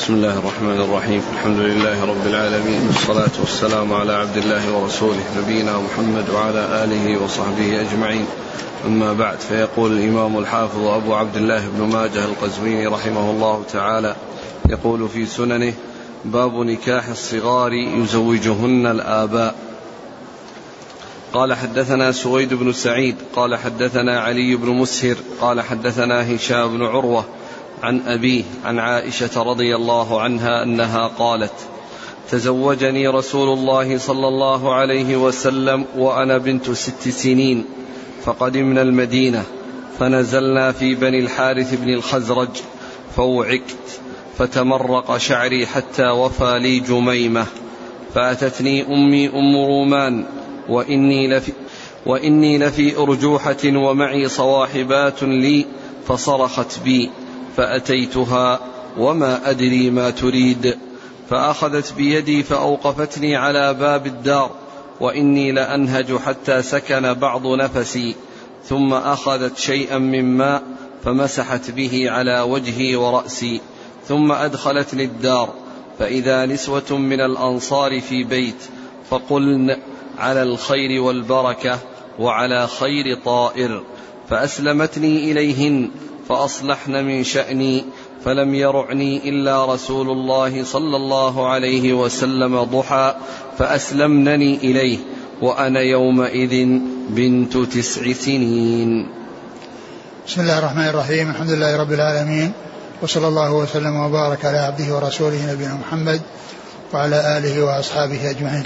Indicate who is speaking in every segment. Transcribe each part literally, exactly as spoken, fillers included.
Speaker 1: بسم الله الرحمن الرحيم. الحمد لله رب العالمين، والصلاة والسلام على عبد الله ورسوله نبينا محمد وعلى آله وصحبه أجمعين. أما بعد، فيقول الإمام الحافظ أبو عبد الله بن ماجه القزويني رحمه الله تعالى يقول في سننه: باب نكاح الصغار يزوجهن الآباء. قال: حدثنا سويد بن سعيد قال حدثنا علي بن مسهر قال حدثنا هشام بن عروة عن أبيه عن عائشة رضي الله عنها أنها قالت: تزوجني رسول الله صلى الله عليه وسلم وأنا بنت ست سنين، فقدمنا المدينة فنزلنا في بني الحارث بن الخزرج، فوعكت فتمرق شعري حتى وفى لي جميمة، فأتتني أمي أم رومان وإني لفي, وإني لفي أرجوحة ومعي صواحبات لي، فصرخت بي فأتيتها وما أدري ما تريد، فأخذت بيدي فأوقفتني على باب الدار، وإني لأنهج حتى سكن بعض نفسي، ثم أخذت شيئا من ماء فمسحت به على وجهي ورأسي، ثم أدخلتني الدار، فإذا نسوة من الأنصار في بيت، فقلن: على الخير والبركة وعلى خير طائر، فأسلمتني إليهن فأصلحن من شأني، فلم يرعني إلا رسول الله صلى الله عليه وسلم ضحى، فأسلمنني إليه وأنا يومئذ بنت تسع سنين.
Speaker 2: بسم الله الرحمن الرحيم. الحمد لله رب العالمين، وصلى الله وسلم وبارك على عبده ورسوله نبينا محمد وعلى آله وأصحابه أجمعين.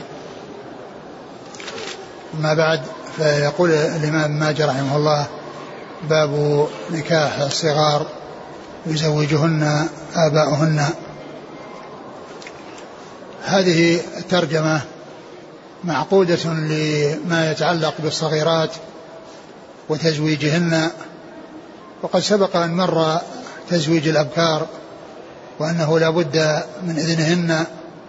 Speaker 2: أما بعد، فيقول الإمام ماجه رحمه الله: باب نكاح الصغار يزوجهن آباؤهن. هذه الترجمة معقودة لما يتعلق بالصغيرات وتزويجهن، وقد سبق أن مر تزويج الأبكار وأنه لا بد من إذنهن،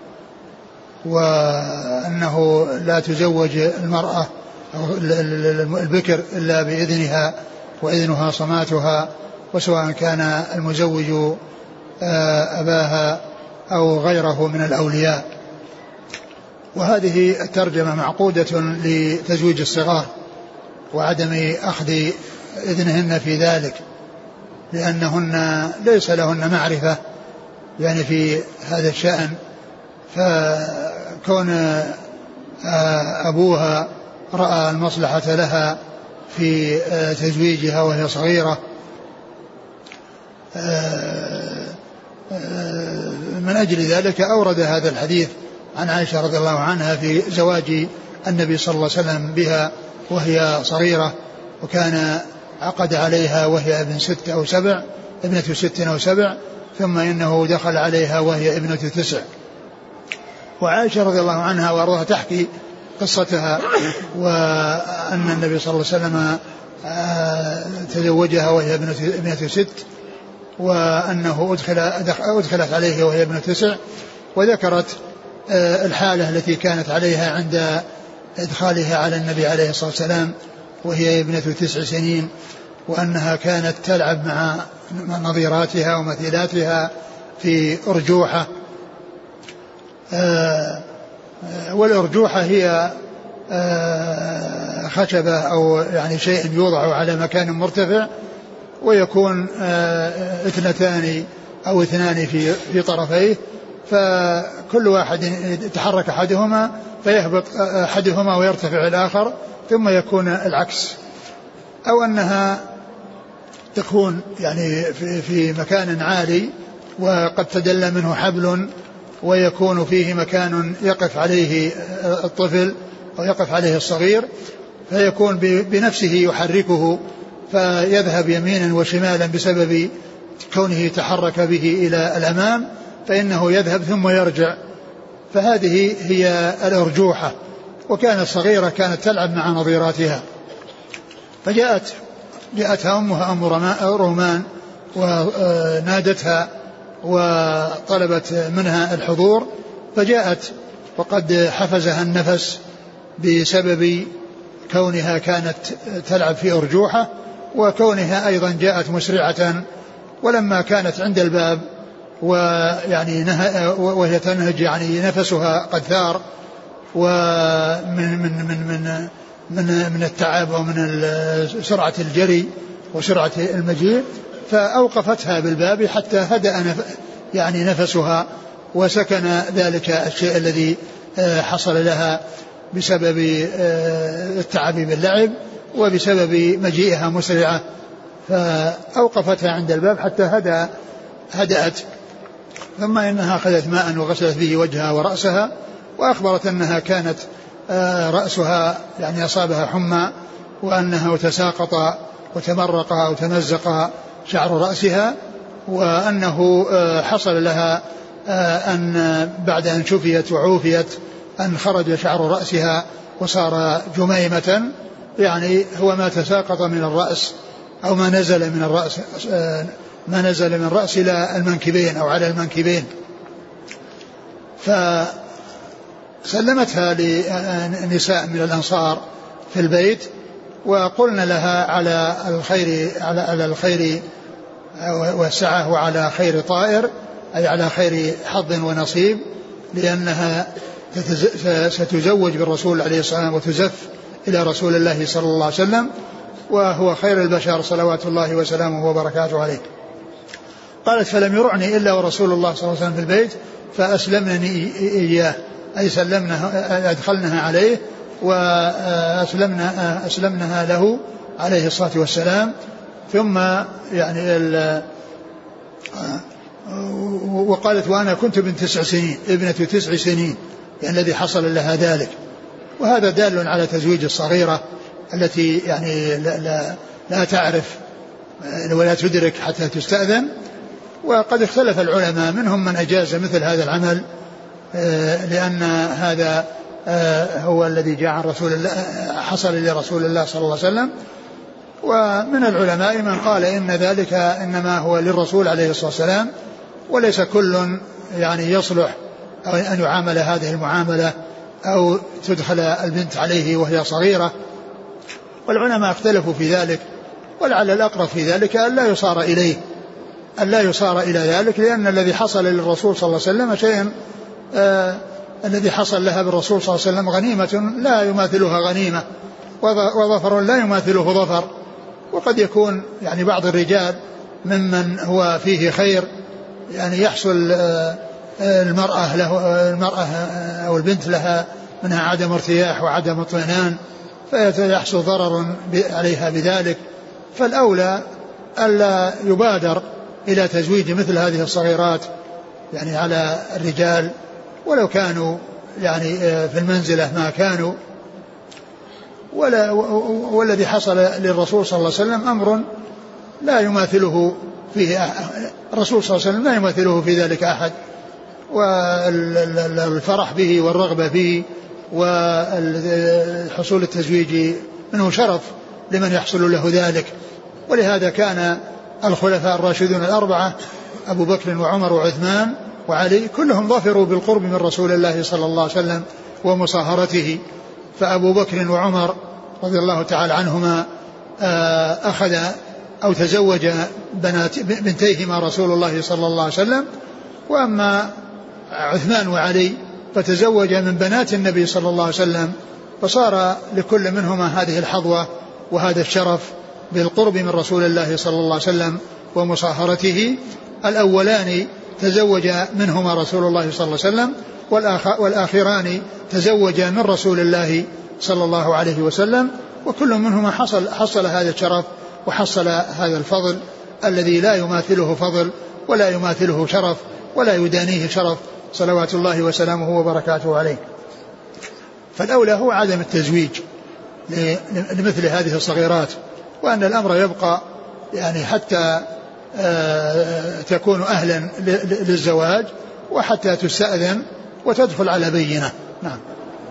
Speaker 2: وأنه لا تزوج المرأة أو البكر إلا بإذنها، وإذنها صماتها، وسواء كان المزوج أباها أو غيره من الأولياء. وهذه الترجمة معقودة لتزويج الصغار وعدم أخذ إذنهن في ذلك، لأنهن ليس لهن معرفة يعني في هذا الشأن، فكون أبوها رأى المصلحة لها في تزويجها وهي صغيرة من أجل ذلك أورد هذا الحديث عن عائشة رضي الله عنها في زواج النبي صلى الله عليه وسلم بها وهي صغيرة، وكان عقد عليها وهي ابن ست أو سبع ابنة ست أو سبع، ثم إنه دخل عليها وهي ابنة تسع. وعائشة رضي الله عنها وأرضاها تحكي قصتها، وأن النبي صلى الله عليه وسلم تزوجها وهي ابنة ست، وأنه أدخل أدخلت عليه وهي ابنة تسع، وذكرت الحالة التي كانت عليها عند إدخالها على النبي عليه الصلاة والسلام وهي ابنة تسع سنين، وأنها كانت تلعب مع نظيراتها ومثيلاتها في أرجوحة. والأرجوحة هي خشبة أو يعني شيء يوضع على مكان مرتفع، ويكون اثنتان أو اثنان في في طرفيه، فكل واحد يتحرك أحدهما فيهبط أحدهما ويرتفع الآخر، ثم يكون العكس، أو أنها تكون يعني في, في مكان عالي وقد تدلى منه حبل، ويكون فيه مكان يقف عليه الطفل أو يقف عليه الصغير، فيكون بنفسه يحركه فيذهب يمينا وشمالا بسبب كونه تحرك به إلى الأمام، فإنه يذهب ثم يرجع. فهذه هي الأرجوحة. وكانت صغيرة كانت تلعب مع نظيراتها، فجاءت جاءتها أمها أم رومان ونادتها وطلبت منها الحضور، فجاءت وقد حفزها النفس بسبب كونها كانت تلعب في أرجوحة، وكونها أيضا جاءت مسرعة، ولما كانت عند الباب ويعني وهي تنهج يعني نفسها قد ثار ومن من من من من من التعب ومن سرعة الجري وسرعة المجيء، فأوقفتها بالباب حتى هدأ يعني نفسها وسكن ذلك الشيء الذي حصل لها بسبب التعب باللعب وبسبب مجيئها مسرعة، فأوقفتها عند الباب حتى هدأ هدأت. ثم إنها أخذت ماء وغسلت به وجهها ورأسها، وأخبرت أنها كانت رأسها يعني أصابها حمى، وأنها تساقط وتمرق أو تمزق شعر رأسها، وأنه حصل لها أن بعد أن شفيت وعوفيت أن خرج شعر رأسها وصار جميمة، يعني هو ما تساقط من الرأس أو ما نزل من الرأس ما نزل من الرأس إلى المنكبين أو على المنكبين. فسلمتها لنساء من الأنصار في البيت، وقلنا لها على الخير على الخير والسعة وعلى خير طائر، أي على خير حظ ونصيب، لأنها ستزوج بالرسول عليه الصلاة والسلام وتزف إلى رسول الله صلى الله عليه وسلم، وهو خير البشر صلوات الله وسلامه وبركاته عليه. قالت فلم يرعني إلا ورسول الله صلى الله عليه وسلم في البيت فأسلمني إياه، أي سلمنها أدخلنها عليه وأسلمنا أسلمنها له عليه الصلاة والسلام. ثم يعني وقالت وأنا كنت بنت تسع سنين ابنة تسع سنين يعني الذي حصل لها ذلك، وهذا دال على تزويج الصغيرة التي يعني لا, لا, لا تعرف ولا تدرك حتى تستأذن. وقد اختلف العلماء، منهم من أجاز مثل هذا العمل لأن هذا هو الذي جاء عن رسول الله حصل لرسول الله صلى الله عليه وسلم، ومن العلماء من قال إن ذلك إنما هو للرسول عليه الصلاة والسلام، وليس كل يعني يصلح أن يعامل هذه المعاملة أو تدخل البنت عليه وهي صغيرة. والعلماء اختلفوا في ذلك، ولعل الأقرب في ذلك أن لا يصار إليه أن لا يصار إلى ذلك، لأن الذي حصل للرسول صلى الله عليه وسلم شيء آه الذي حصل لها بالرسول صلى الله عليه وسلم غنيمة لا يماثلها غنيمة، وظفر لا يماثله ظفر. وقد يكون يعني بعض الرجال ممن هو فيه خير يعني يحصل المرأة له المرأة أو البنت لها منها عدم ارتياح وعدم اطمئنان، فيحصل ضرر عليها بذلك. فالأولى ألا يبادر إلى تزويج مثل هذه الصغيرات يعني على الرجال ولو كانوا يعني في المنزلة ما كانوا. ولا والذي حصل للرسول صلى الله عليه وسلم أمر لا يماثله فيه الرسول صلى الله عليه وسلم لا يماثله في ذلك أحد، والفرح به والرغبة به وحصول التزويج منه شرف لمن يحصل له ذلك. ولهذا كان الخلفاء الراشدون الأربعة أبو بكر وعمر وعثمان وعلي كلهم ظفروا بالقرب من رسول الله صلى الله عليه وسلم ومصاهرته. فأبو بكر وعمر رضي الله تعالى عنهما أخذ أو تزوج بنات بنتيهما رسول الله صلى الله عليه وسلم، وأما عثمان وعلي فتزوج من بنات النبي صلى الله عليه وسلم، فصار لكل منهما هذه الحظوة وهذا الشرف بالقرب من رسول الله صلى الله عليه وسلم ومصاهرته. الأولان تزوج منهما رسول الله صلى الله عليه وسلم، والآخران تزوج من رسول الله صلى الله عليه وسلم، وكل منهما حصل, حصل هذا الشرف وحصل هذا الفضل الذي لا يماثله فضل ولا يماثله شرف ولا يدانيه شرف صلوات الله وسلامه وبركاته عليه. فالأولى هو عدم التزويج لمثل هذه الصغيرات، وأن الأمر يبقى يعني حتى تكون أهلا للزواج وحتى تستأذن وتدخل على بينة. نعم.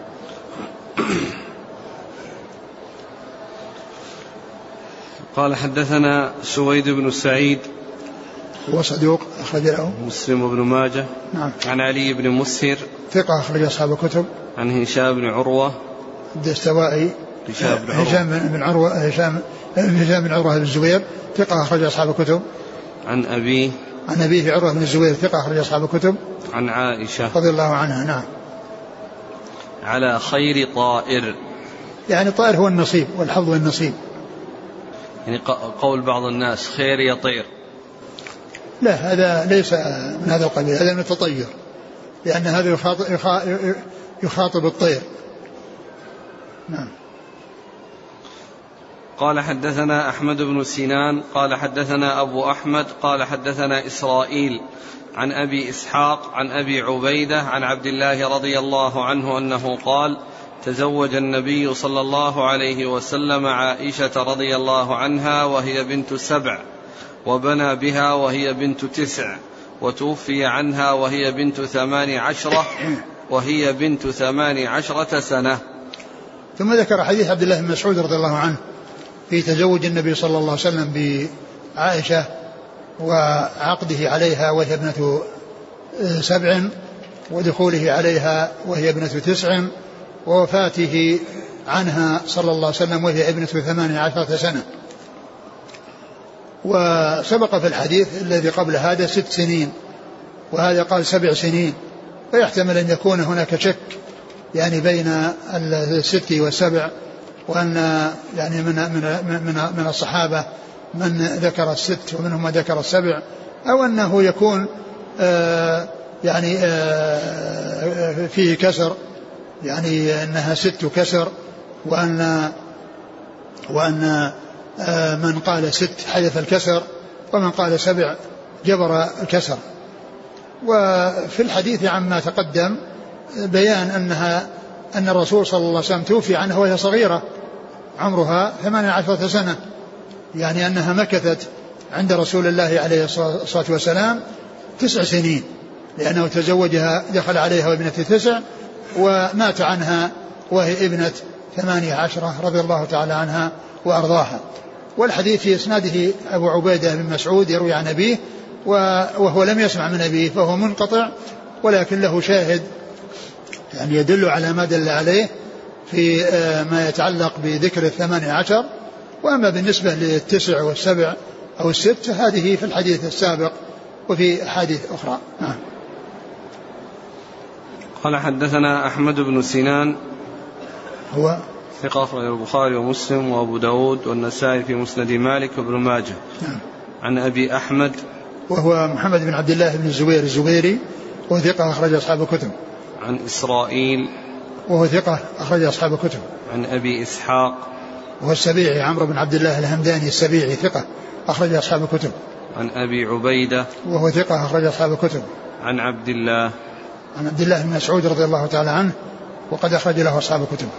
Speaker 1: قال حدثنا سويد بن سعيد
Speaker 2: هو صدوق أخرج له
Speaker 1: مسلم بن ماجه.
Speaker 2: نعم.
Speaker 1: عن علي بن مسهر
Speaker 2: ثقة أخرج أصحاب الكتب.
Speaker 1: عن هشام بن عروة
Speaker 2: الدستوائي
Speaker 1: هشام بن عروة
Speaker 2: هشام بن عروة هشام هشام بن عروة بن الزبير ثقة أخرج أصحاب الكتب.
Speaker 1: عن أبيه
Speaker 2: عن أبيه عروة بن الزبير ثقة أخرج أصحاب الكتب.
Speaker 1: عن عائشة
Speaker 2: رضي الله عنها. نعم.
Speaker 1: على خير طائر،
Speaker 2: يعني طائر هو النصيب والحظ والنصيب.
Speaker 1: يعني قول بعض الناس خير يطير،
Speaker 2: لا هذا ليس من هذا القبيل، هذا من التطير، لأن هذا يخاطب, يخاطب الطير. نعم.
Speaker 1: قال حدثنا أحمد بن سنان قال حدثنا أبو أحمد قال حدثنا إسرائيل عن أبي إسحاق عن أبي عبيدة عن عبد الله رضي الله عنه أنه قال: تزوج النبي صلى الله عليه وسلم عائشة رضي الله عنها وهي بنت سبع، وبنى بها وهي بنت تسع، وتوفي عنها وهي بنت ثمان عشرة وهي بنت ثمان عشرة سنة.
Speaker 2: ثم ذكر حديث عبد الله بن مسعود رضي الله عنه في تزوج النبي صلى الله عليه وسلم بعائشة وعقده عليها وهي ابنة سبع، ودخوله عليها وهي ابنة تسع، ووفاته عنها صلى الله عليه وسلم وهي ابنة ثمان عشرة سنة. وسبق في الحديث الذي قبل هذا ست سنين، وهذا قال سبع سنين، فيحتمل أن يكون هناك شك يعني بين الست والسبع، وأن يعني من من من من الصحابة من ذكر الست ومنهم من ذكر السبع، أو أنه يكون آه يعني آه فيه كسر، يعني أنها ست كسر، وأن وأن آه من قال ست حذف الكسر، ومن قال سبع جبر الكسر. وفي الحديث عما تقدم بيان أنها أن الرسول صلى الله عليه وسلم توفي عنها وهي صغيرة عمرها ثمانية عشرة سنة، يعني أنها مكثت عند رسول الله عليه الصلاة والسلام تسع سنين، لأنه تزوجها دخل عليها وابنة تسع، ومات عنها وهي ابنة ثمانية عشرة رضي الله تعالى عنها وأرضاها. والحديث في إسناده أبو عبيدة بن مسعود يروي عن أبيه وهو لم يسمع من أبيه، فهو منقطع، ولكن له شاهد يعني يدل على ما دل عليه في ما يتعلق بذكر الثمانية عشر. وأما بالنسبة للتسع والسبع أو الست هذه في الحديث السابق وفي أحاديث أخرى. نعم.
Speaker 1: قال حدثنا أحمد بن سنان
Speaker 2: هو
Speaker 1: ثقة أخرج البخاري ومسلم وأبو داود والنسائي في مسند مالك وابن ماجه.
Speaker 2: نعم.
Speaker 1: عن أبي أحمد
Speaker 2: وهو محمد بن عبد الله بن الزبير الزبيري وهو ثقة أخرج أصحاب الكتب.
Speaker 1: عن إسرائيل
Speaker 2: وهو ثقة أخرج أصحاب الكتب.
Speaker 1: عن أبي إسحاق
Speaker 2: وهو السبيعي عمرو بن عبد الله الهمداني السبيعي ثقة أخرج أصحاب الكتب.
Speaker 1: عن أبي عبيدة وهو
Speaker 2: ثقة أخرج أصحاب الكتب.
Speaker 1: عن عبد الله
Speaker 2: عن عبد الله بن مسعود رضي الله تعالى عنه وقد أخرج له أصحاب الكتب.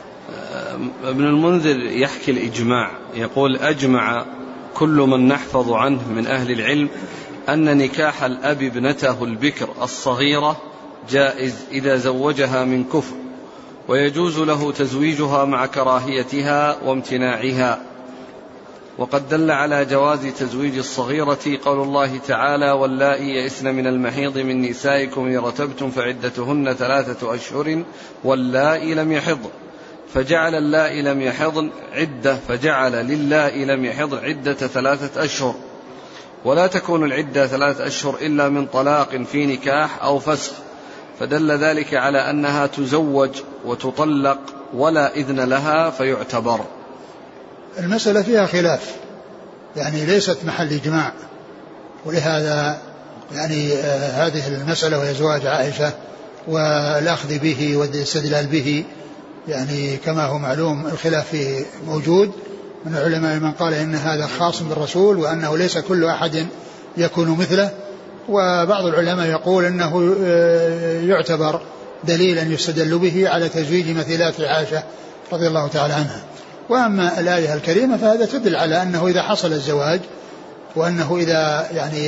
Speaker 1: ابن المنذر يحكي الإجماع، يقول: أجمع كل من نحفظ عنه من أهل العلم أن نكاح الأب ابنته البكر الصغيرة جائز إذا زوجها من كفر، ويجوز له تزويجها مع كراهيتها وامتناعها. وقد دل على جواز تزويج الصغيرة قول الله تعالى: واللائي يئسن من المحيض من نسائكم إن ارتبتم فعدتهن ثلاثة أشهر واللائي لم يحضن، فجعل اللائي لم يحضن عدة فجعل للائي لم يحضن عدة ثلاثة أشهر، ولا تكون العدة ثلاثة أشهر إلا من طلاق في نكاح أو فسخ، فدل ذلك على أنها تزوج وتطلق ولا إذن لها فيعتبر.
Speaker 2: المسألة فيها خلاف، يعني ليست محل إجماع، ولهذا يعني آه هذه المسألة وهي زواج عائشة والأخذ به والاستدلال به، يعني كما هو معلوم الخلاف فيه موجود من العلماء، من قال إن هذا خاص بالرسول وأنه ليس كل أحد يكون مثله، وبعض العلماء يقول أنه يعتبر دليلا يستدل به على تزويج مثيلات عائشة رضي الله تعالى عنها. وأما الآية الكريمة فهذا تدل على أنه إذا حصل الزواج وأنه إذا يعني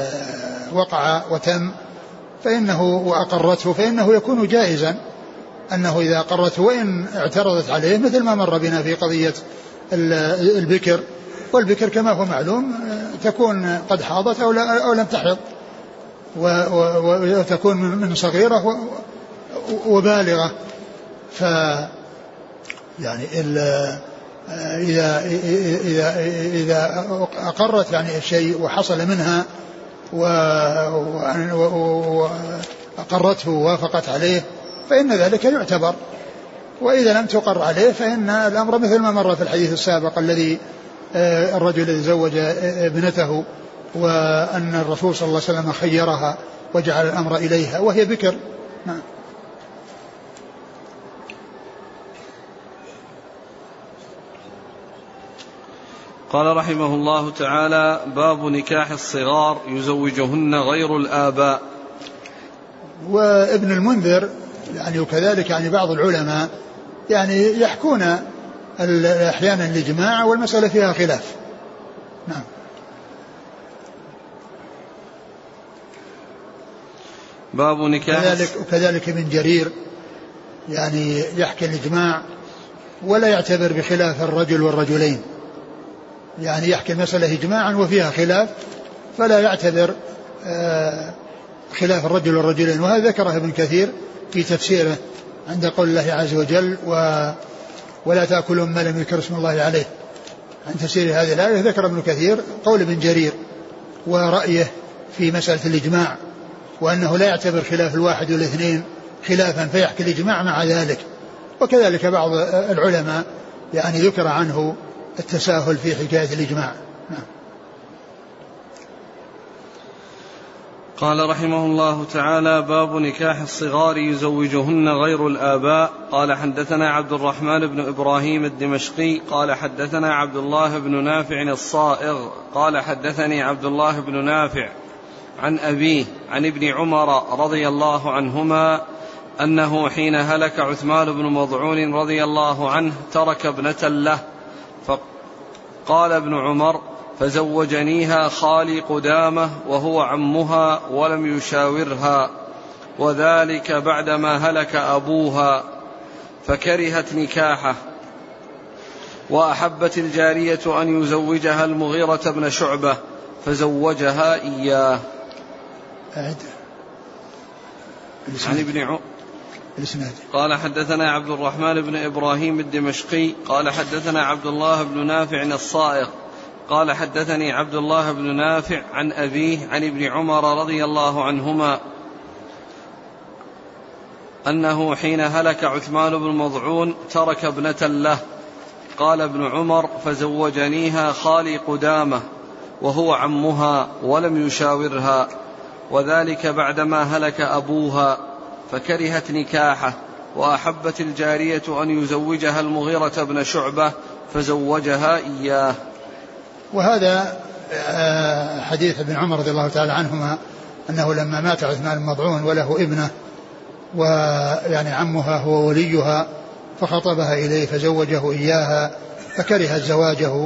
Speaker 2: وقع وتم فإنه وأقرته فإنه يكون جائزا، أنه إذا أقرته وإن اعترضت عليه، مثل ما مر بنا في قضية البكر، والبكر كما هو معلوم تكون قد حاضت أو, أو لم تحض، وتكون من صغيرة وبالغة. ف يعني إذا إذا إذا أقرت يعني الشيء وحصل منها وأقرته ووافقت عليه فإن ذلك يعتبر، وإذا لم تقر عليه فإن الأمر مثل ما مر في الحديث السابق الذي الرجل الذي زوج ابنته وأن الرسول صلى الله عليه وسلم خيرها وجعل الأمر إليها وهي بكر. نعم.
Speaker 1: قال رحمه الله تعالى: باب نكاح الصغار يزوجهن غير الآباء.
Speaker 2: وابن المنذر يعني وكذلك يعني بعض العلماء يعني يحكون أحيانا الإجماع والمسألة فيها خلاف. نعم.
Speaker 1: باب نكاح
Speaker 2: وكذلك, وكذلك ابن جرير يعني يحكي الإجماع ولا يعتبر بخلاف الرجل والرجلين، يعني يحكي المسألة إجماعا وفيها خلاف فلا يعتبر خلاف الرجل والرجلين. وهذا ذكره ابن كثير في تفسيره عند قول الله عز وجل و ولا تأكلوا ما لم يذكر اسم الله عليه. عن تفسير هذه الآية ذكر ابن كثير قول ابن جرير ورأيه في مسألة الإجماع، وأنه لا يعتبر خلاف الواحد والاثنين خلافا فيحكي الإجماع مع ذلك. وكذلك بعض العلماء يعني ذكر عنه التساهل في حكاية الإجماع. نعم.
Speaker 1: قال رحمه الله تعالى: باب نكاح الصغار يزوجهن غير الآباء. قال حدثنا عبد الرحمن بن إبراهيم الدمشقي قال حدثنا عبد الله بن نافع الصائغ قال حدثني عبد الله بن نافع عن أبيه عن ابن عمر رضي الله عنهما أنه حين هلك عثمان بن مضعون رضي الله عنه ترك ابنة له، فقال ابن عمر: فزوجنيها خالي قدامة وهو عمها ولم يشاورها، وذلك بعدما هلك أبوها، فكرهت نكاحه، وأحبت الجارية أن يزوجها المغيرة بن شعبة فزوجها إياه. عن ابن عمر قال حدثنا عبد الرحمن بن إبراهيم الدمشقي قال حدثنا عبد الله بن نافع الصائغ قال حدثني عبد الله بن نافع عن أبيه عن ابن عمر رضي الله عنهما أنه حين هلك عثمان بن مضعون ترك ابنة له. قال ابن عمر: فزوجنيها خالي قدامة وهو عمها ولم يشاورها، وذلك بعدما هلك أبوها، فكرهت نكاحه، وأحبت الجارية أن يزوجها المغيرة بن شعبة فزوجها إياه.
Speaker 2: وهذا حديث ابن عمر رضي الله تعالى عنهما أنه لما مات عثمان المضعون وله ابنة ويعني عمها هو وليها فخطبها إليه فزوجه إياها فكرهت زواجه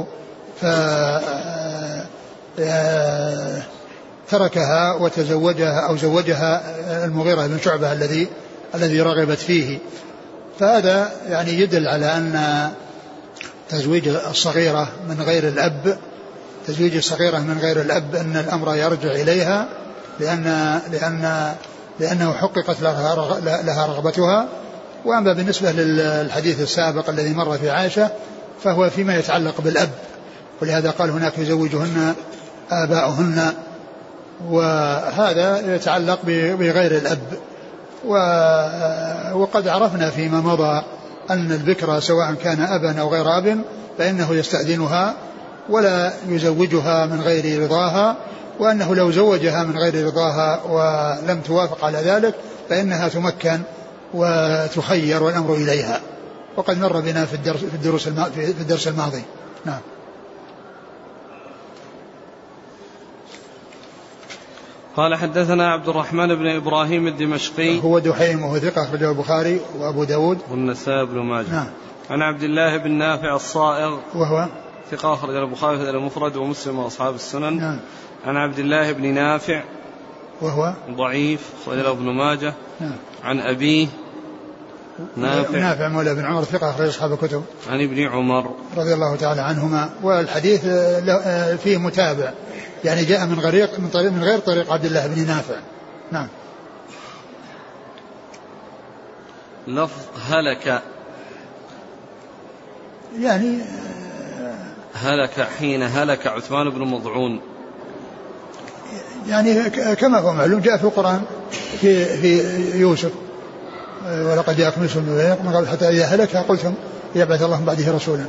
Speaker 2: فتركها وتزوجها أو زوجها المغيرة بن شعبة الذي الذي رغبت فيه. فهذا يعني يدل على أن تزويج الصغيرة من غير الأب تزويج الصغيرة من غير الأب أن الأمر يرجع إليها لأن لأن لأنه حققت لها لها رغبتها. وأما بالنسبة للحديث السابق الذي مر في عائشة فهو فيما يتعلق بالأب، ولهذا قال هناك يزوجهن آباؤهن، وهذا يتعلق بغير الأب. وقد عرفنا فيما مضى أن البكرة سواء كان أبا أو غير أب فإنه يستأذنها ولا يزوجها من غير رضاها، وأنه لو زوجها من غير رضاها ولم توافق على ذلك فإنها تمكن وتخير والأمر إليها، وقد مر بنا في الدرس في الدروس في الدرس الماضي. نعم.
Speaker 1: قال حدثنا عبد الرحمن بن إبراهيم الدمشقي
Speaker 2: هو دحيم وهو ثقة أخرجه البخاري وأبو داود
Speaker 1: والنسائي بن ماجه.
Speaker 2: نعم.
Speaker 1: عن عبد الله بن نافع الصائغ
Speaker 2: وهو
Speaker 1: ثقة أخرجه البخاري في المفرد ومسلم وأصحاب السنن.
Speaker 2: نعم.
Speaker 1: عن عبد الله بن نافع
Speaker 2: وهو
Speaker 1: ضعيف أخرجه ابن ماجه.
Speaker 2: نعم.
Speaker 1: عن أبيه نافع
Speaker 2: نافع مولى بن عمر ثقة أخرج أصحاب الكتب.
Speaker 1: عن ابن عمر
Speaker 2: رضي الله تعالى عنهما. والحديث فيه متابع يعني جاء من غير من طريق من غير طريق عبد الله بن نافع. نعم.
Speaker 1: لفظ هلك
Speaker 2: يعني
Speaker 1: هلك حين هلك عثمان بن مضعون
Speaker 2: يعني كما هو معلوم جاء في القرآن في, في يوسف ولقد جاءكم يوسف من قبل حتى إذا هلك قلتم يبعث الله من بعده رسولا.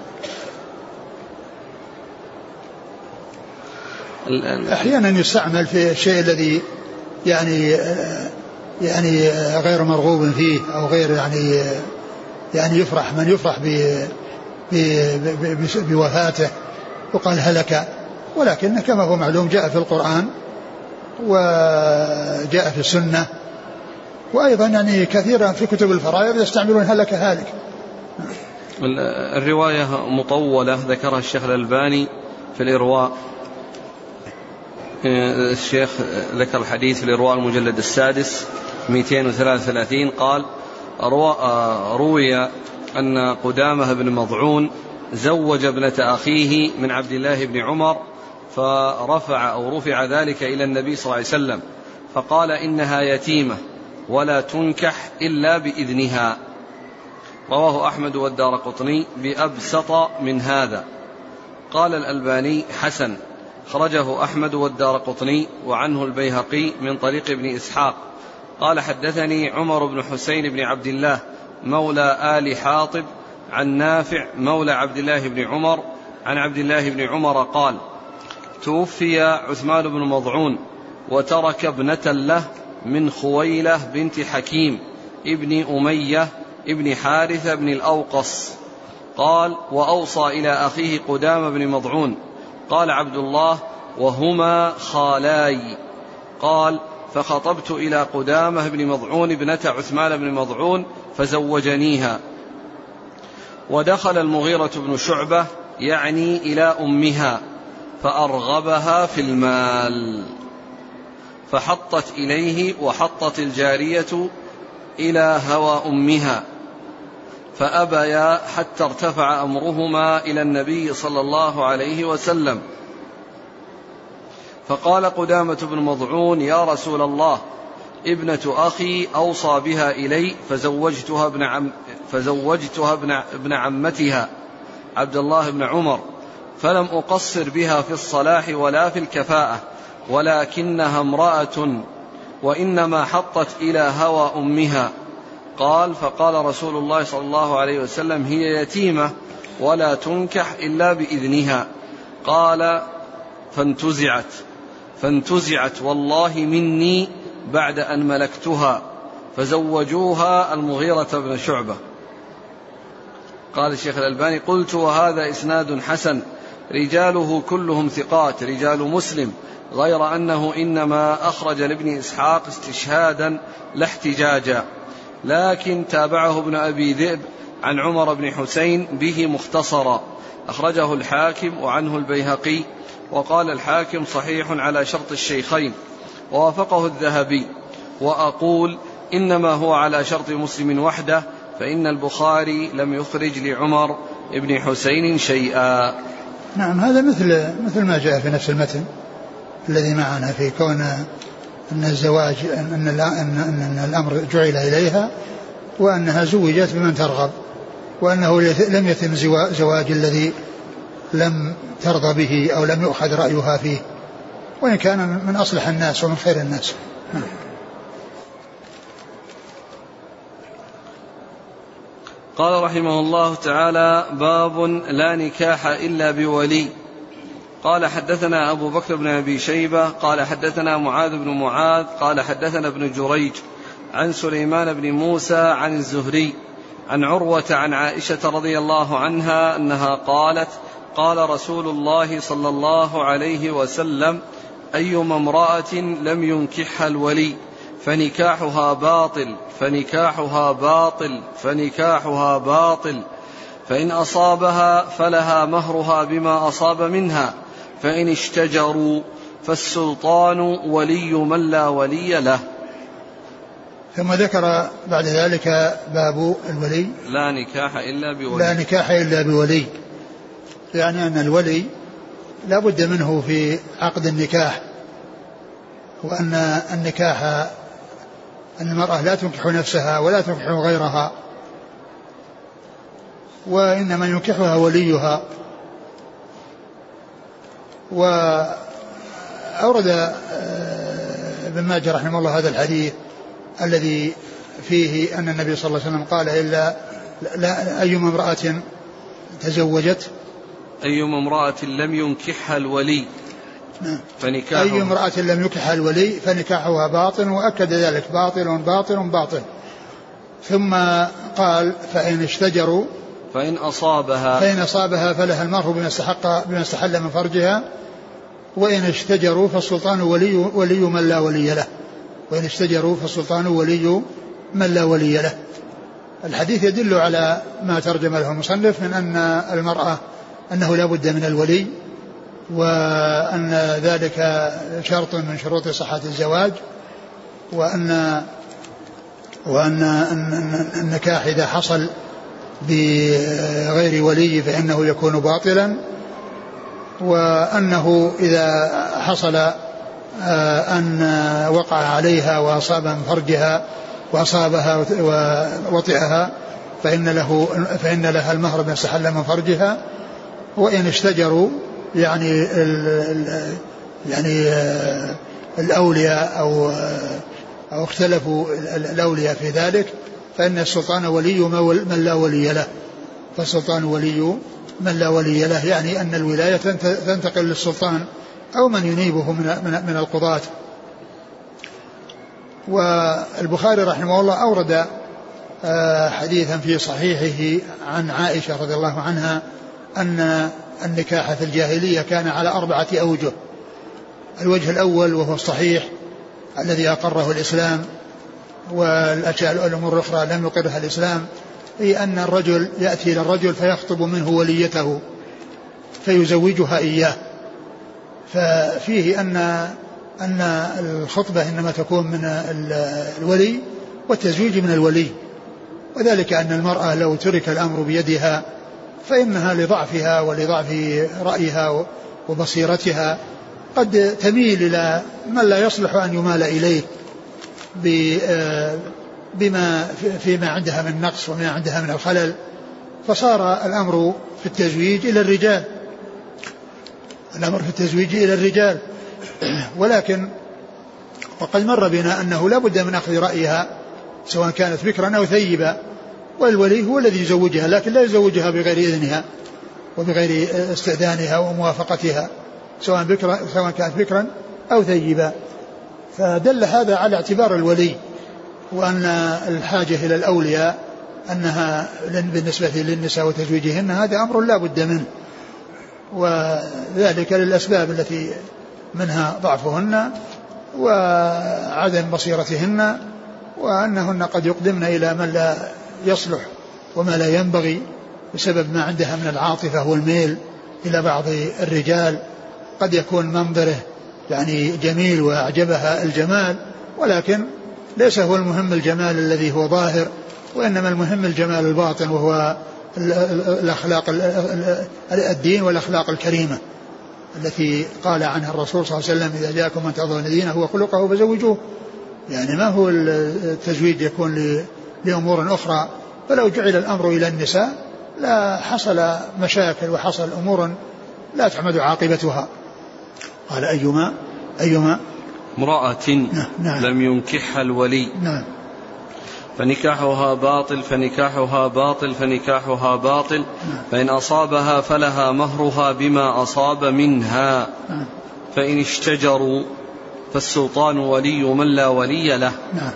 Speaker 2: أحيانا يستعمل في الشيء الذي يعني يعني غير مرغوب فيه أو غير يعني يعني يفرح من يفرح بوفاته وقال هلك، ولكن كما هو معلوم جاء في القرآن وجاء في السنة، وأيضا يعني كثيرا في كتب الفرائض يستعملون هلك هالك.
Speaker 1: الرواية مطولة ذكرها الشيخ الألباني في الإرواء. الشيخ ذكر الحديث في الإرواء المجلد السادس مئتين وثلاثة وثلاثين قال روي أن قدامة بن مضعون زوج ابنة أخيه من عبد الله بن عمر، فرفع أو رفع ذلك إلى النبي صلى الله عليه وسلم فقال إنها يتيمة ولا تنكح إلا بإذنها. رواه أحمد والدارقطني بأبسط من هذا. قال الألباني حسن، خرجه أحمد والدارقطني وعنه البيهقي من طريق ابن إسحاق. قال حدثني عمر بن حسين بن عبد الله مولى آل حاطب عن نافع مولى عبد الله بن عمر عن عبد الله بن عمر قال توفي عثمان بن مضعون وترك ابنة له من خويلة بنت حكيم ابن أمية ابن حارثة بن الأوقص. قال وأوصى إلى أخيه قدام بن مضعون. قال عبد الله وهما خالاي. قال فخطبت إلى قدامة بن مضعون ابنة عثمان بن مضعون فزوجنيها. ودخل المغيرة بن شعبة يعني إلى أمها فأرغبها في المال فحطت إليه وحطت الجارية إلى هوى أمها فأبيا حتى ارتفع أمرهما إلى النبي صلى الله عليه وسلم. فقال قدامة بن مضعون يا رسول الله ابنة أخي أوصى بها إلي فزوجتها ابن, عم فزوجتها ابن, ابن عمتها عبد الله بن عمر فلم أقصر بها في الصلاح ولا في الكفاءة ولكنها امرأة وإنما حطت إلى هوى أمها. قال فقال رسول الله صلى الله عليه وسلم هي يتيمة ولا تنكح إلا بإذنها. قال فانتزعت فانتزعت والله مني بعد أن ملكتها فزوجوها المغيرة بن شعبة. قال الشيخ الألباني قلت وهذا إسناد حسن رجاله كلهم ثقات رجال مسلم، غير أنه إنما أخرج لابن إسحاق استشهادا لا احتجاجا، لكن تابعه ابن أبي ذئب عن عمر بن حسين به مختصرا. أخرجه الحاكم وعنه البيهقي، وقال الحاكم صحيح على شرط الشيخين، ووافقه الذهبي. وأقول إنما هو على شرط مسلم وحده، فإن البخاري لم يخرج لعمر بن حسين شيئا.
Speaker 2: نعم، هذا مثل مثل ما جاء في نفس المتن الذي معنا في كون أن الزواج أن, أن, أن الأمر جعل إليها وأنها زوجت بمن ترغب، وأنه لم يتم زواج الذي لم ترضى به أو لم يؤخذ رأيها فيه، وإن كان من أصلح الناس ومن خير الناس.
Speaker 1: قال رحمه الله تعالى باب لا نكاح إلا بولي. قال حدثنا أبو بكر بن أبي شيبة قال حدثنا معاذ بن معاذ قال حدثنا ابن جريج عن سليمان بن موسى عن الزهري عن عروة عن عائشة رضي الله عنها أنها قالت قال رسول الله صلى الله عليه وسلم أيما امرأة لم ينكحها الولي فنكاحها باطل فنكاحها باطل فنكاحها باطل فإن أصابها فلها مهرها بما أصاب منها، فإن اشتجروا فالسلطان ولي من لا ولي له.
Speaker 2: ثم ذكر بعد ذلك باب الولي
Speaker 1: لا نكاح إلا بولي.
Speaker 2: لا نكاح إلا بولي، يعني أن الولي لا بد منه في عقد النكاح، وأن النكاح أن المرأة لا تنكح نفسها ولا تنكح غيرها، وإنما ينكحها وليها. وأورد ابن ماجه رحمه الله هذا الحديث الذي فيه أن النبي صلى الله عليه وسلم قال إلا لا أيما امرأة تزوجت
Speaker 1: أيما امرأة لم ينكحها الولي فنكاحها
Speaker 2: أي امرأة لم ينكحها الولي فنكاحها باطل، وأكد ذلك باطل باطل باطل. ثم قال فإن اشتجروا
Speaker 1: فإن أصابها
Speaker 2: فإن أصابها فلها المهر بما استحق بما استحل من فرجها، وإن اشتجروا فالسلطان ولي ولي من لا ولي له وإن اشتجروا فالسلطان ولي من لا ولي له. الحديث يدل على ما ترجم له المصنف من أن المرأة أنه لا بد من الولي، وأن ذلك شرط من شروط صحة الزواج، وأن وأن النكاح إذا حصل بغير ولي فإنه يكون باطلا، وأنه إذا حصل أن وقع عليها وأصاب من فرجها وأصابها ووطئها فإن له فإن لها المهر بما استحل من فرجها. وإن اشتجروا يعني ال يعني الأولياء أو أو اختلفوا الأولياء في ذلك فإن السلطان ولي من لا ولي له فالسلطان ولي من لا ولي له، يعني أن الولاية تنتقل للسلطان أو من ينيبه من من القضاة. والبخاري رحمه الله أورد حديثا في صحيحه عن عائشة رضي الله عنها أن النكاح في الجاهلية كان على أربعة أوجه. الوجه الأول وهو الصحيح الذي أقره الإسلام، والأشياء الأمور الأخرى لم يقرها الإسلام، هي أن الرجل يأتي إلى الرجل فيخطب منه وليته فيزوجها إياه. ففيه أن أن الخطبة إنما تكون من الولي والتزويج من الولي، وذلك أن المرأة لو ترك الأمر بيدها فإنها لضعفها ولضعف رأيها وبصيرتها قد تميل إلى من لا يصلح أن يمال إليه بما فيما عندها من نقص وما عندها من الخلل، فصار الأمر في التزويج إلى الرجال الأمر في التزويج إلى الرجال ولكن وقد مر بنا أنه لا بد من أخذ رأيها سواء كانت بكرا أو ثيبا، والولي هو الذي يزوجها، لكن لا يزوجها بغير إذنها وبغير استئذانها وموافقتها سواء بكرا سواء كانت بكرا أو ثيبا. فدل هذا على اعتبار الولي، وأن الحاجة إلى الأولياء أنها بالنسبة للنساء وتزويجهن هذا أمر لا بد منه، وذلك للأسباب التي منها ضعفهن وعدم بصيرتهن، وأنهن قد يقدمن إلى من لا يصلح وما لا ينبغي بسبب ما عندها من العاطفة والميل إلى بعض الرجال. قد يكون منظره يعني جميل وأعجبها الجمال، ولكن ليس هو المهم الجمال الذي هو ظاهر، وإنما المهم الجمال الباطن وهو الأخلاق الدين والأخلاق الكريمة التي قال عنها الرسول صلى الله عليه وسلم إذا جاءكم من ترضون دينه وخلقه فزوجوه. يعني ما هو التزويج يكون لأمور أخرى، فلو جعل الأمر إلى النساء لا حصل مشاكل وحصل أمور لا تحمد عاقبتها. قال أيما أيما
Speaker 1: امرأة
Speaker 2: نعم
Speaker 1: لم ينكحها الولي
Speaker 2: نعم
Speaker 1: فنكاحها باطل فنكاحها باطل فنكاحها باطل
Speaker 2: نعم.
Speaker 1: فإن أصابها فلها مهرها بما أصاب منها
Speaker 2: نعم.
Speaker 1: فإن اشتجروا فالسلطان ولي من لا ولي له.
Speaker 2: نعم.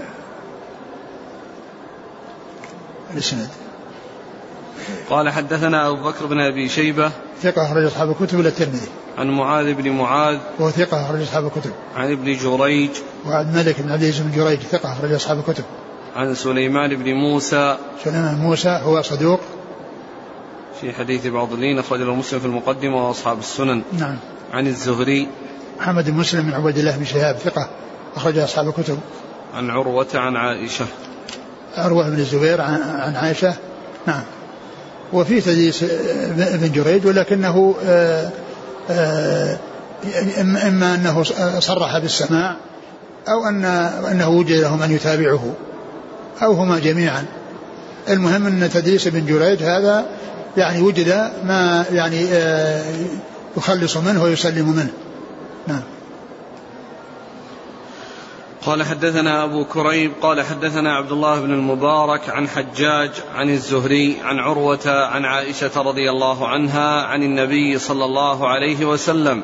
Speaker 2: الاسناد
Speaker 1: قال حدثنا أبو بكر بن أبي شيبة
Speaker 2: ثقة أخرج أصحاب الكتب إلى الترمذي.
Speaker 1: عن معاذ بن معاذ
Speaker 2: وهو ثقة أخرج أصحاب الكتب.
Speaker 1: عن ابن جريج
Speaker 2: وعن مالك بن عبد العزيز بن جريج ثقة أخرج أصحاب الكتب.
Speaker 1: عن سليمان بن موسى
Speaker 2: سليمان موسى هو صدوق
Speaker 1: في حديث بعض اللين أخرجه مسلم في المقدمة وأصحاب السنن.
Speaker 2: نعم.
Speaker 1: عن الزهري
Speaker 2: محمد بن مسلم بن عبد الله بن شهاب ثقة أخرج أصحاب الكتب.
Speaker 1: عن عروة عن عائشة
Speaker 2: عروة بن الزبير عن عائشة. نعم. وفي تدليس ابن جريج، ولكنه آآ آآ إما أنه صرح بالسماع أو أن أنه وجد له من يتابعه أو هما جميعا. المهم أن تدليس ابن جريج هذا يعني وجد ما يعني يخلص منه ويسلم منه. نعم.
Speaker 1: قال حدثنا أبو كريب قال حدثنا عبد الله بن المبارك عن حجاج عن الزهري عن عروة عن عائشة رضي الله عنها عن النبي صلى الله عليه وسلم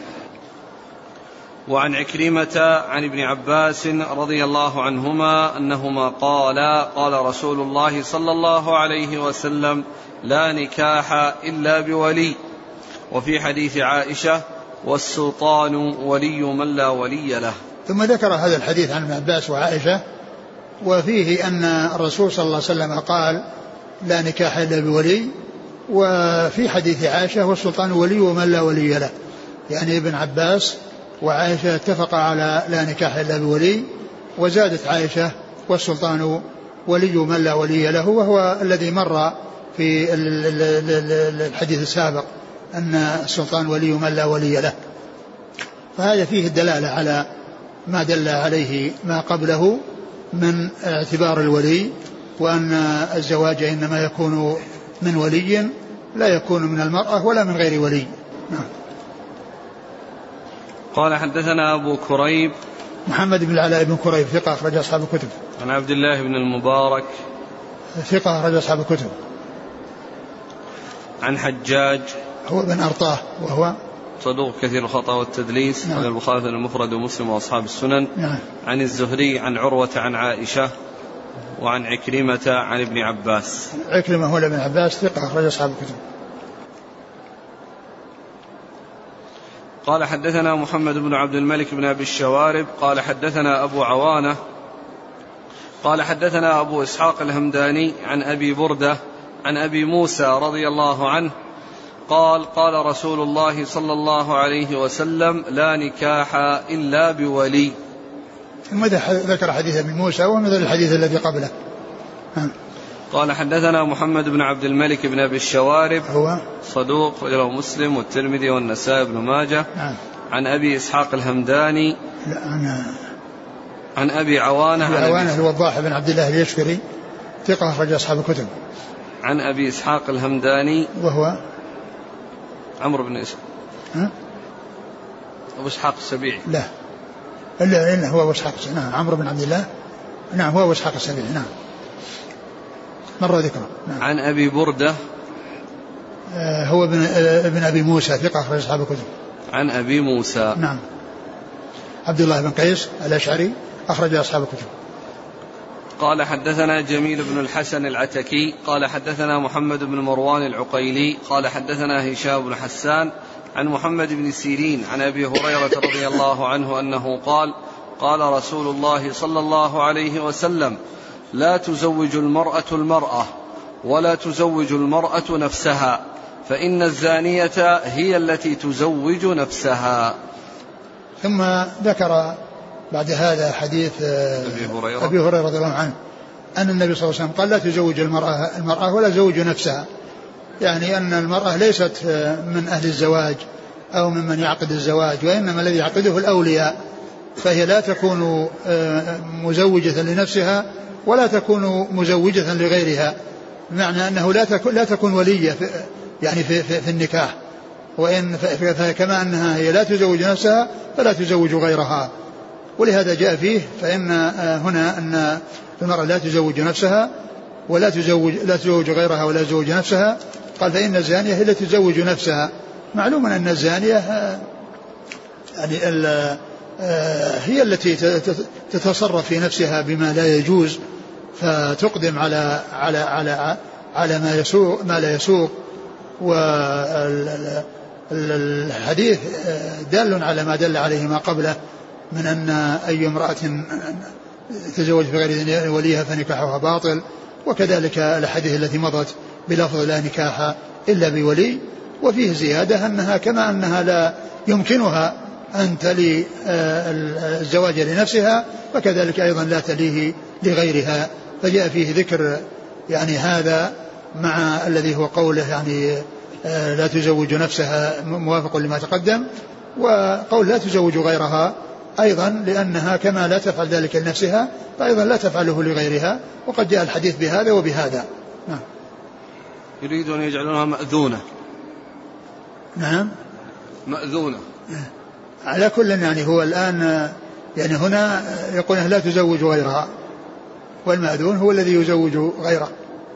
Speaker 1: وعن عكرمة عن ابن عباس رضي الله عنهما أنهما قالا قال رسول الله صلى الله عليه وسلم لا نكاح إلا بولي. وفي حديث عائشة والسلطان ولي من لا ولي له.
Speaker 2: ثم ذكر هذا الحديث عن ابن عباس وعائشة وفيه أن الرسول صلى الله عليه وسلم قال لا نكاح إلا بولي. وفي حديث عائشة والسلطان ولي ومن لا ولي له، يعني ابن عباس وعائشة اتفق على لا نكاح إلا بولي، وزادت عائشة والسلطان ولي من لا ولي له، وهو الذي مر في الحديث السابق أن السلطان ولي من لا ولي له. فهذا فيه الدلالة على ما دل عليه ما قبله من اعتبار الولي، وأن الزواج إنما يكون من ولي لا يكون من المرأة ولا من غير ولي. نعم.
Speaker 1: قال حدثنا أبو كريب
Speaker 2: محمد بن العلاء بن كريب ثقة أخرج أصحاب الكتب.
Speaker 1: عن عبد الله بن المبارك
Speaker 2: ثقة أخرج أصحاب الكتب.
Speaker 1: عن حجاج
Speaker 2: هو بن أرطاه وهو
Speaker 1: صدوق كثير الخطأ والتدليس.
Speaker 2: نعم.
Speaker 1: عن البخاري المفرد ومسلم وأصحاب السنن.
Speaker 2: نعم.
Speaker 1: عن الزهري عن عروة عن عائشة وعن عكرمة عن ابن عباس.
Speaker 2: عكرمة هو ابن عباس ثقة أخرج أصحاب الكتب.
Speaker 1: قال حدثنا محمد بن عبد الملك بن أبي الشوارب قال حدثنا أبو عوانة قال حدثنا أبو إسحاق الهمداني عن أبي بردة عن أبي موسى رضي الله عنه قال قال رسول الله صلى الله عليه وسلم لا نكاح إلا بولي.
Speaker 2: ثم ذكر حديث ابن موسى ومثل الحديث الذي قبله.
Speaker 1: قال حدثنا محمد بن عبد الملك بن أبي الشوارب
Speaker 2: هو
Speaker 1: صدوق له مسلم والترمذي والنسائي بن ماجه.
Speaker 2: نعم.
Speaker 1: عن أبي إسحاق الهمداني
Speaker 2: لا أنا
Speaker 1: عن أبي عوانة
Speaker 2: أبي عوانة الوضاح بن عبد الله اليشكري ثقة أخرج أصحاب الكتب.
Speaker 1: عن أبي إسحاق الهمداني
Speaker 2: وهو
Speaker 1: عمرو بن إسحاق أبو إسحاق السبيعي.
Speaker 2: لا إلا إلا هو أبو إسحاق. نعم عمرو بن عبد الله. نعم هو أبو إسحاق السبيعي. نعم مرة ذكره. نعم.
Speaker 1: عن أبي بردة
Speaker 2: آه هو ابن, آه ابن أبي موسى ثقة أخرج أصحاب الكتب.
Speaker 1: عن أبي موسى.
Speaker 2: نعم عبد الله بن قيس الأشعري أخرج أصحاب الكتب.
Speaker 1: قال حدثنا جميل بن الحسن العتكي قال حدثنا محمد بن مروان العقيلي قال حدثنا هشام بن حسان عن محمد بن سيرين عن أبي هريرة رضي الله عنه أنه قال قال رسول الله صلى الله عليه وسلم لا تزوج المرأة المرأة ولا تزوج المرأة نفسها فإن الزانية هي التي تزوج نفسها.
Speaker 2: ثم ذكر بعد هذا حديث
Speaker 1: أبي هريرة
Speaker 2: أبي هريرة رضي الله عنه أن النبي صلى الله عليه وسلم قال لا تزوج المرأة المرأة ولا تزوج نفسها، يعني أن المرأة ليست من أهل الزواج أو ممن يعقد الزواج، وإنما الذي يعقده الأولياء، فهي لا تكون مزوجة لنفسها ولا تكون مزوجة لغيرها، بمعنى أنه لا تكون لا تكون ولية في يعني في, في, في النكاح، وإن فكما أنها هي لا تزوج نفسها فلا تزوج غيرها. ولهذا جاء فيه فإن هنا أن المرأة لا تزوج نفسها ولا تزوج لا تزوج غيرها ولا تزوج نفسها. قال فإن الزانية هي التي تزوج نفسها. معلوم أن الزانية يعني هي التي تتصرف في نفسها بما لا يجوز، فتقدم على على على على ما يسوق ما لا يسوق. والحديث دال على ما دل عليه ما قبله من أن أي امرأة تزوج في غير وليها فنكاحها باطل، وكذلك الحديث التي مضت بلفظ لا نكاح إلا بولي. وفيه زيادة أنها كما أنها لا يمكنها أن تلي الزواج لنفسها فكذلك أيضا لا تليه لغيرها. فجاء فيه ذكر يعني هذا مع الذي هو قوله يعني لا تزوج نفسها موافق لما تقدم، وقول لا تزوج غيرها أيضا لأنها كما لا تفعل ذلك لنفسها فأيضا لا تفعله لغيرها. وقد جاء الحديث بهذا وبهذا. نعم.
Speaker 1: يريد أن يجعلونها مأذونة.
Speaker 2: نعم
Speaker 1: مأذونة.
Speaker 2: على كل يعني هو الآن يعني هنا يقول لا تزوج غيرها، والمأذون هو الذي يزوج غيره.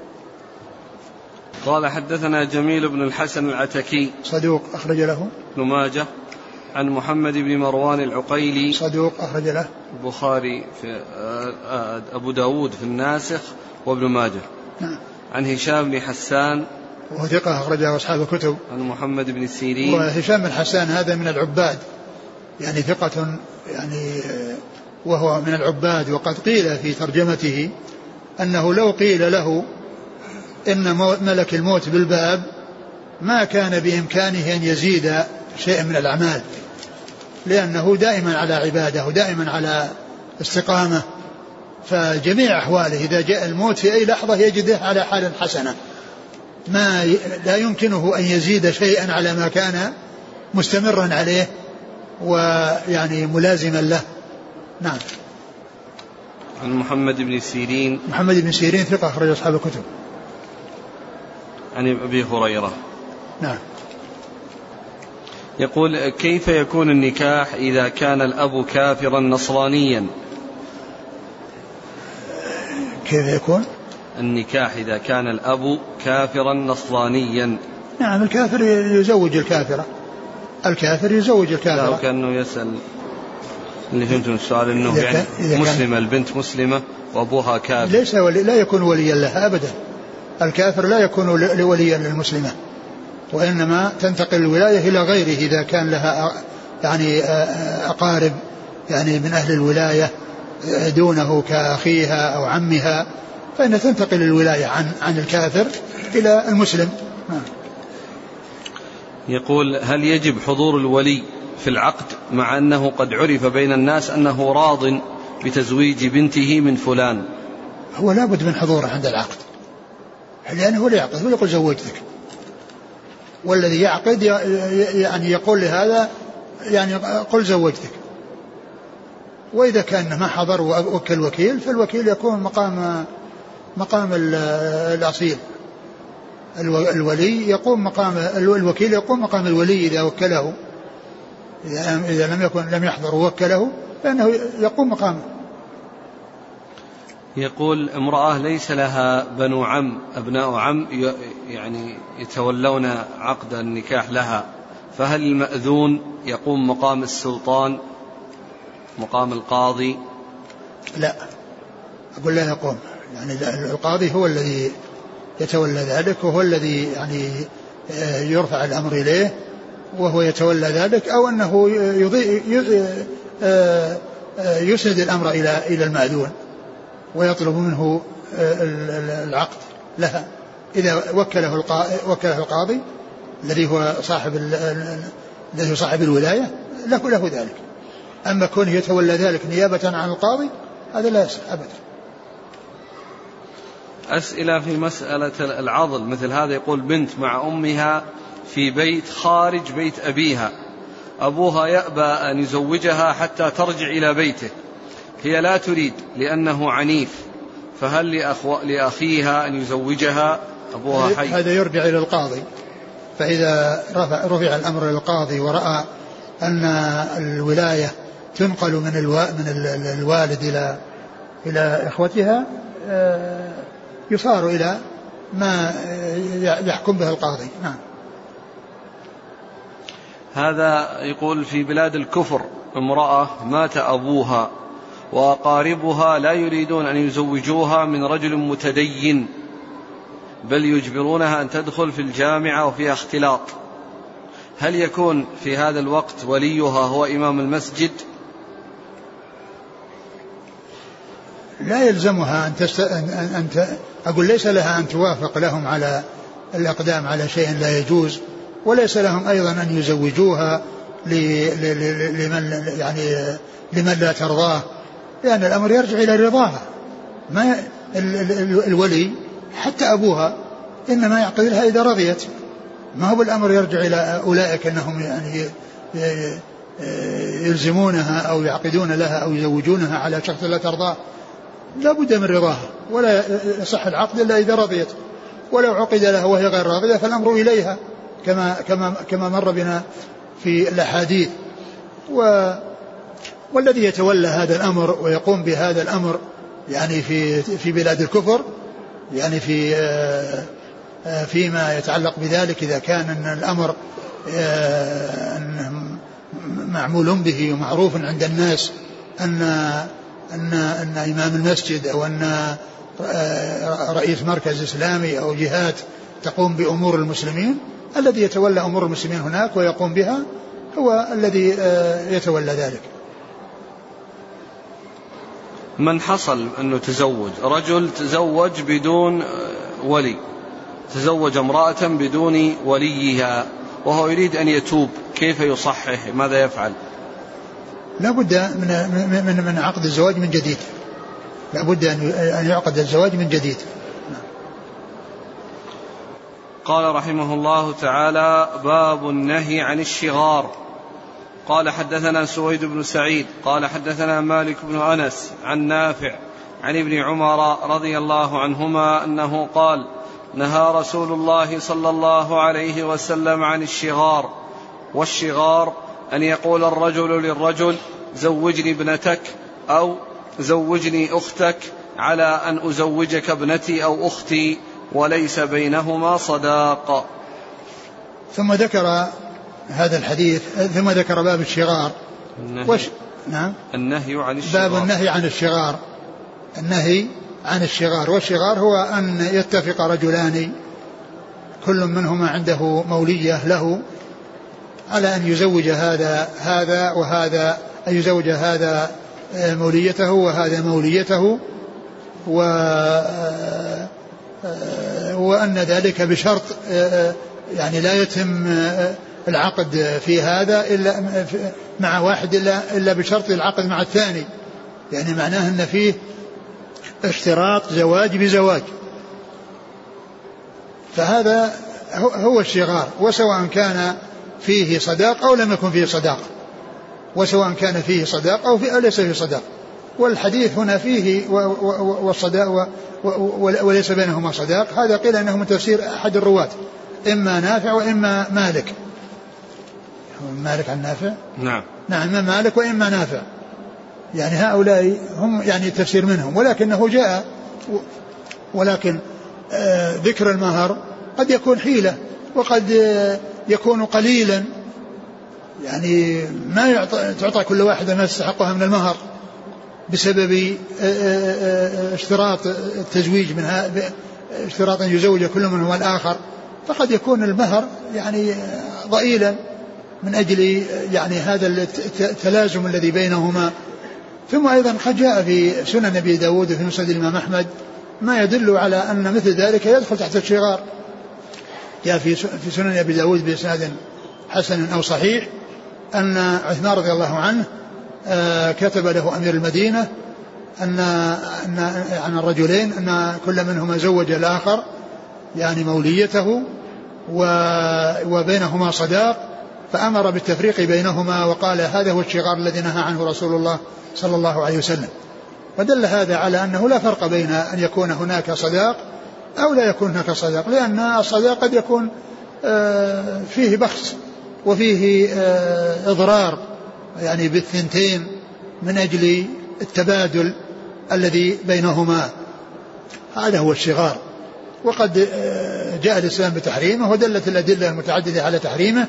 Speaker 1: قال حدثنا جميل بن الحسن العتكي
Speaker 2: صدوق أخرج له
Speaker 1: ابن ماجه، عن محمد بن مروان العقيلي
Speaker 2: صدوق أخرج له
Speaker 1: البخاري في أبو داود في الناسخ وابن ماجه.
Speaker 2: نعم.
Speaker 1: عن هشام بن حسان
Speaker 2: وهو ثقة أخرجه أصحاب الكتب.
Speaker 1: عن محمد بن سيرين.
Speaker 2: وهشام بن حسان هذا من العباد، يعني ثقة يعني، وهو من العباد. وقد قيل في ترجمته أنه لو قيل له إن ملك الموت بالباب ما كان بإمكانه أن يزيد شيئا من الأعمال، لأنه دائما على عبادة ودائما على استقامة، فجميع أحواله إذا جاء الموت في أي لحظة يجده على حال حسنة، ما لا يمكنه أن يزيد شيئا على ما كان مستمرا عليه ويعني ملازما له. نعم.
Speaker 1: عن محمد بن سيرين.
Speaker 2: محمد بن سيرين ثقة أخرج أصحاب الكتب.
Speaker 1: عن أبي هريرة.
Speaker 2: نعم.
Speaker 1: يقول كيف يكون النكاح إذا كان الأب كافرا نصرانيا؟
Speaker 2: كيف يكون
Speaker 1: النكاح إذا كان الأب كافرا نصرانيا؟
Speaker 2: نعم، الكافر يزوج الكافرة، الكافر يزوج الكافرة.
Speaker 1: لا، كأنه يسأل اللي فهمت من السؤال أنه يعني مسلمة، البنت مسلمة وأبوها كافر.
Speaker 2: ليس ولي، لا يكون وليا لها أبدا، الكافر لا يكون وليا للمسلمة، وإنما تنتقل الولاية إلى غيره إذا كان لها يعني أقارب يعني من أهل الولاية دونه كأخيها أو عمها، فإن تنتقل الولاية عن عن الكافر إلى المسلم.
Speaker 1: يقول هل يجب حضور الولي في العقد مع أنه قد عرف بين الناس أنه راض بتزويج بنته من فلان؟
Speaker 2: هو لا بد من حضوره عند العقد، لأنه هو يعقد ويقول زوجتك، والذي يعقد يعني يقول لهذا يعني قل زوجتك. وإذا كان ما حضر ووكل وكيل فالوكيل يكون مقام مقام الأصيل، الولي يقوم مقام الوكيل يقوم مقام الولي إذا وكله، إذا لم يكن لم يحضر ووكله فإنه يقوم مقامه.
Speaker 1: يقول امرأة ليس لها بنو عم أبناء عم يعني يتولون عقد النكاح لها، فهل المأذون يقوم مقام السلطان مقام القاضي؟
Speaker 2: لا، أقول لا يقوم، يعني القاضي هو الذي يتولى ذلك، وهو الذي يعني يرفع الأمر إليه وهو يتولى ذلك، أو أنه يسند الأمر إلى إلى المأذون ويطلب منه العقد لها إذا وكله وكله القاضي الذي هو صاحب الذي هو صاحب الولاية له له ذلك. أما كونه يتولى ذلك نيابة عن القاضي هذا لا يصح أبدا.
Speaker 1: أسئلة في مسألة العضل مثل هذا. يقول بنت مع أمها في بيت خارج بيت أبيها، أبوها يأبى أن يزوجها حتى ترجع إلى بيته، هي لا تريد لأنه عنيف، فهل لأخو... لأخيها أن يزوجها أبوها حي؟
Speaker 2: هذا يرجع إلى القاضي، فإذا رفع, رفع الأمر للقاضي ورأى أن الولاية تنقل من, الو... من الوالد إلى إلى إخوتها يصار إلى ما يحكم به القاضي. نعم.
Speaker 1: هذا يقول في بلاد الكفر امرأة مات أبوها وأقاربها لا يريدون أن يزوجوها من رجل متدين، بل يجبرونها أن تدخل في الجامعة وفيها اختلاط، هل يكون في هذا الوقت وليها هو إمام المسجد؟
Speaker 2: لا يلزمها أن, تست... أن... أن ت... أقول ليس لها أن توافق لهم على الإقدام على شيء لا يجوز، وليس لهم أيضا أن يزوجوها ل... ل... لمن يعني لمن لا ترضاه، لأن الأمر يرجع إلى رضاها. ما ال... ال... الولي حتى أبوها إنما يعقد لها إذا رضيت، ما هو الأمر يرجع إلى أولئك أنهم يعني يلزمونها أو يعقدون لها أو يزوجونها على شخص لا ترضاه. لا بد من رضاها، ولا يصح العقد إلا إذا رضيت، ولو عقد لها وهي غير راضية فالأمر إليها كما كما كما مر بنا في الأحاديث. و والذي يتولى هذا الأمر ويقوم بهذا الأمر يعني في في بلاد الكفر يعني في فيما يتعلق بذلك، إذا كان أن الأمر معمول به ومعروف عند الناس أن أن أن إمام المسجد أو أن رئيس مركز إسلامي أو جهات تقوم بأمور المسلمين، الذي يتولى أمور المسلمين هناك ويقوم بها هو الذي يتولى ذلك.
Speaker 1: من حصل أنه تزوج رجل تزوج بدون ولي، تزوج امرأة بدون وليها وهو يريد أن يتوب، كيف يصحح؟ ماذا يفعل؟
Speaker 2: لا بد من, من, من عقد الزواج من جديد، لا بد أن يعقد الزواج من جديد.
Speaker 1: قال رحمه الله تعالى: باب النهي عن الشغار. قال حدثنا سويد بن سعيد قال حدثنا مالك بن أنس عن نافع عن ابن عمر رضي الله عنهما أنه قال: نهى رسول الله صلى الله عليه وسلم عن الشغار. والشغار أن يقول الرجل للرجل: زوجني ابنتك أو زوجني أختك، على أن أزوجك ابنتي أو أختي وليس بينهما صداق.
Speaker 2: ثم ذكر هذا الحديث ثم ذكر باب الشغار.
Speaker 1: النهي, وش... نعم
Speaker 2: النهي عن الشغار. باب النهي عن الشغار. النهي عن الشغار. والشغار هو أن يتفق رجلان كل منهما عنده مولية له على أن يزوج هذا هذا وهذا، أن يزوج هذا موليته وهذا موليته، و وأن ذلك بشرط يعني لا يتم العقد في هذا إلا مع واحد إلا, إلا بشرط العقد مع الثاني، يعني معناه أن فيه اشتراط زواج بزواج. فهذا هو الشغار، وسواء كان فيه صداق أو لم يكن فيه صداق، وسواء كان فيه صداق أو ليس فيه صداق. والحديث هنا فيه والصداق وليس بينهما صداق، هذا قيل أنه من تفسير أحد الرواة، إما نافع وإما مالك. مالك عن نافع؟
Speaker 1: نعم
Speaker 2: نعم، إما مالك وإما نافع، يعني هؤلاء هم يعني تفسير منهم. ولكنه جاء ولكن آه ذكر المهر قد يكون حيلة، وقد آه يكون قليلا، يعني ما يعطى تعطى كل واحدة ما تستحقها من المهر بسبب اشتراط التزويج منها، اشتراط أن يزوج كل منهما الآخر، فقد يكون المهر يعني ضئيلا من أجل يعني هذا التلازم الذي بينهما. ثم أيضا قد جاء في سنن أبي داود وفي مسند الإمام أحمد ما يدل على أن مثل ذلك يدخل تحت الشغار. جاء في في سنن أبي داود بإسناد حسن أو صحيح أن عثمان رضي الله عنه كتب له أمير المدينة أن أن عن الرجلين أن كل منهما زوج الآخر يعني موليته وبينهما صداق، فأمر بالتفريق بينهما وقال: هذا هو الشغار الذي نهى عنه رسول الله صلى الله عليه وسلم. ودل هذا على أنه لا فرق بين أن يكون هناك صداق أو لا يكون هناك صداق، لأن الصداق قد يكون فيه بخس وفيه إضرار يعني بالثنتين من أجل التبادل الذي بينهما، هذا هو الشغار. وقد جاء الإسلام بتحريمه ودلت الأدلة المتعددة على تحريمه،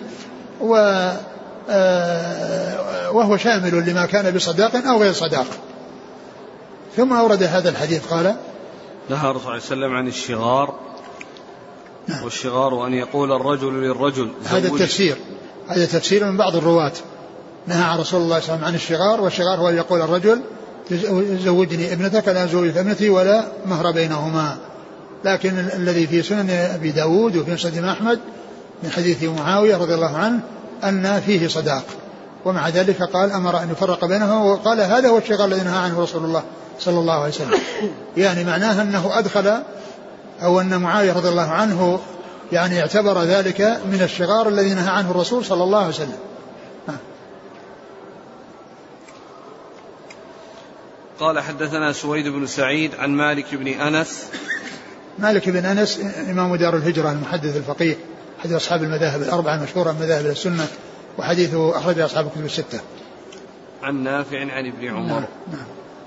Speaker 2: وهو شامل لما كان بصداق أو غير صداق. ثم أورد هذا الحديث قال:
Speaker 1: نهى الرسول صلى الله عليه وسلم عن الشغار. نعم. والشغار أن يقول الرجل للرجل.
Speaker 2: هذا التفسير هذا تفسير من بعض الرواة. نهى عن رسول الله صلى الله عليه وسلم عن الشغار، والشغار هو يقول الرجل: زوجني ابنتك لا زوجت ابنتي ولا مهر بينهما. لكن الذي في سنن أبي داود وفي مسند أحمد من حديث معاوية رضي الله عنه أن فيه صداق، ومع ذلك قال أمر أن يفرق بينهما، وقال: هذا هو الشغار الذي نهى عنه رسول الله صلى الله عليه وسلم. يعني معناه أنه أدخل أو أن معاوية رضي الله عنه يعني اعتبر ذلك من الشغار الذي نهى عنه الرسول صلى الله عليه وسلم.
Speaker 1: قال: حدثنا سويد بن سعيد عن مالك بن أنس.
Speaker 2: مالك بن أنس إمام دار الهجرة المحدث الفقيه، أحد أصحاب المذاهب الأربعة المشهورة من مذاهب السنة، وحديثه أخرج أصحاب الكتب الستة.
Speaker 1: عن نافع عن ابن عمر.
Speaker 2: نعم. نعم.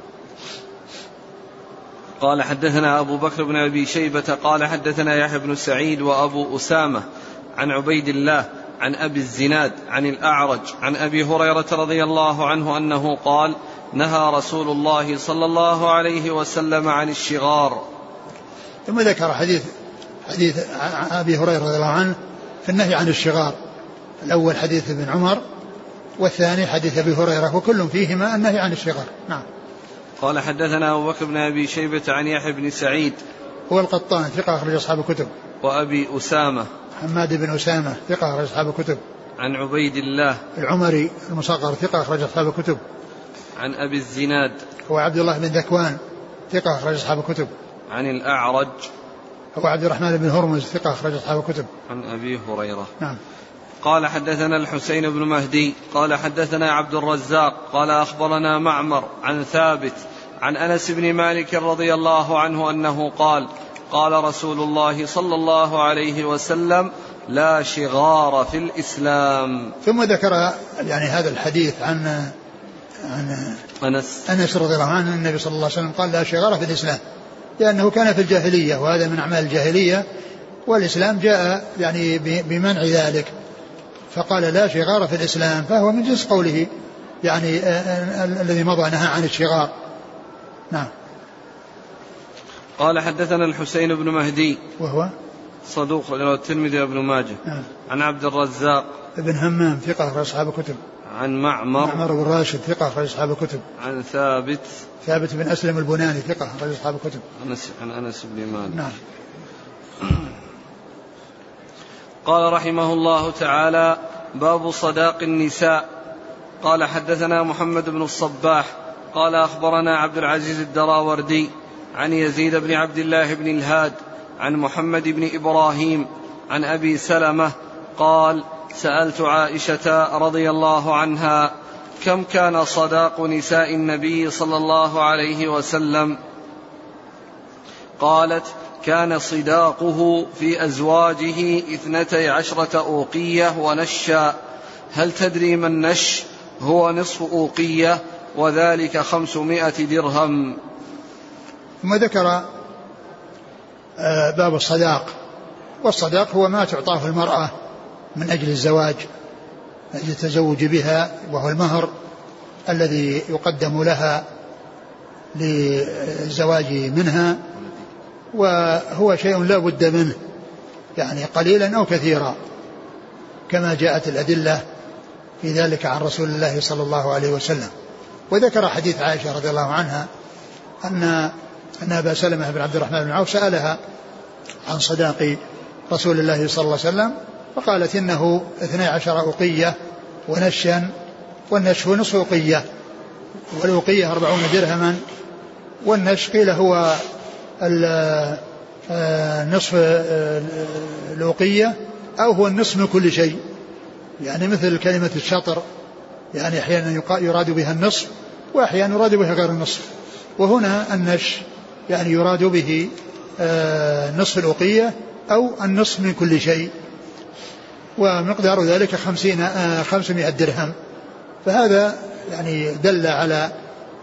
Speaker 1: قال حدثنا أبو بكر بن أبي شيبة قال حدثنا يحيى بن سعيد وأبو أسامة عن عبيد الله عن أبي الزناد عن الأعرج عن أبي هريرة رضي الله عنه أنه قال نهى رسول الله صلى الله عليه وسلم عن الشغار.
Speaker 2: ثم ذكر حديث حديث أبي هريرة رضي الله عنه في النهي عن الشغار، الأول حديث ابن عمر والثاني حديث أبي هريرة، وكل فيهما النهي عن الشغار. نعم.
Speaker 1: قال حدثنا أبو بكر بن أبي شيبة عن يحيى بن سعيد
Speaker 2: هو القطان ثقة أخرج أصحاب الكتب.
Speaker 1: وأبي أسامة
Speaker 2: حماد بن أسامة ثقة أخرج أصحاب الكتب.
Speaker 1: عن عبيد الله
Speaker 2: العمري المصغر ثقة أخرج أصحاب الكتب.
Speaker 1: عن أبي الزناد
Speaker 2: هو عبد الله بن ذكوان ثقة أخرج أصحاب الكتب.
Speaker 1: عن الأعرج
Speaker 2: هو عبد الرحمن بن هرمز ثقة أخرج أصحاب الكتب.
Speaker 1: عن أبي هريرة.
Speaker 2: نعم.
Speaker 1: قال حدثنا الحسين بن مهدي قال حدثنا عبد الرزاق قال أخبرنا معمر عن ثابت عن أنس بن مالك رضي الله عنه أنه قال قال رسول الله صلى الله عليه وسلم لا شغار في الإسلام.
Speaker 2: ثم ذكر يعني هذا الحديث عن عن
Speaker 1: أنس
Speaker 2: أنس رضي الله عنه النبي صلى الله عليه وسلم قال لا شغار في الإسلام، لأنه كان في الجاهلية وهذا من أعمال الجاهلية، والإسلام جاء يعني بمنع ذلك، فقال لا شغار في الإسلام، فهو من جنس قوله يعني الذي مضى نهى عن الشغار. نعم.
Speaker 1: قال حدثنا الحسين بن مهدي
Speaker 2: وهو
Speaker 1: صدوق رواه الترمذي وابن ماجه.
Speaker 2: نعم.
Speaker 1: عن عبد الرزاق
Speaker 2: ابن همام ثقة أخرج أصحاب الكتب.
Speaker 1: عن معمر
Speaker 2: معمر بن راشد ثقة أخرج أصحاب الكتب.
Speaker 1: عن ثابت
Speaker 2: ثابت بن أسلم البناني ثقة أخرج أصحاب الكتب.
Speaker 1: عن أنس بن مالك.
Speaker 2: نعم.
Speaker 1: قال رحمه الله تعالى باب صداق النساء. قال حدثنا محمد بن الصباح قال أخبرنا عبد العزيز الدراوردي عن يزيد بن عبد الله بن الهاد عن محمد بن إبراهيم عن أبي سلمة قال سألت عائشة رضي الله عنها كم كان صداق نساء النبي صلى الله عليه وسلم؟ قالت كان صداقه في أزواجه اثنتي عشرة أوقية ونشا. هل تدري ما النش؟ هو نصف أوقية وذلك خمسمائة درهم.
Speaker 2: ثم ذكر باب الصداق، والصداق هو ما تعطاه المرأة من أجل الزواج، من أجل التزوج بها، وهو المهر الذي يقدم لها للزواج منها، وهو شيء لا بد منه يعني قليلا أو كثيرا، كما جاءت الأدلة في ذلك عن رسول الله صلى الله عليه وسلم. وذكر حديث عائشة رضي الله عنها أن أن أبا سلمة بن عبد الرحمن بن عوف سألها عن صداق رسول الله صلى الله عليه وسلم، فقالت إنه اثني عشر أوقية ونشا، والنش هو نصف أوقية، والأوقية أربعون درهما، والنش قيل هو نصف الأوقية أو هو النصف من كل شيء، يعني مثل كلمة الشطر، يعني أحيانا يراد بها النصف وأحيانا يراد بها غير النصف، وهنا النش يعني يراد به نصف الأوقية أو النصف من كل شيء، ومقدار ذلك خمسين خمسمائة درهم. فهذا يعني دل على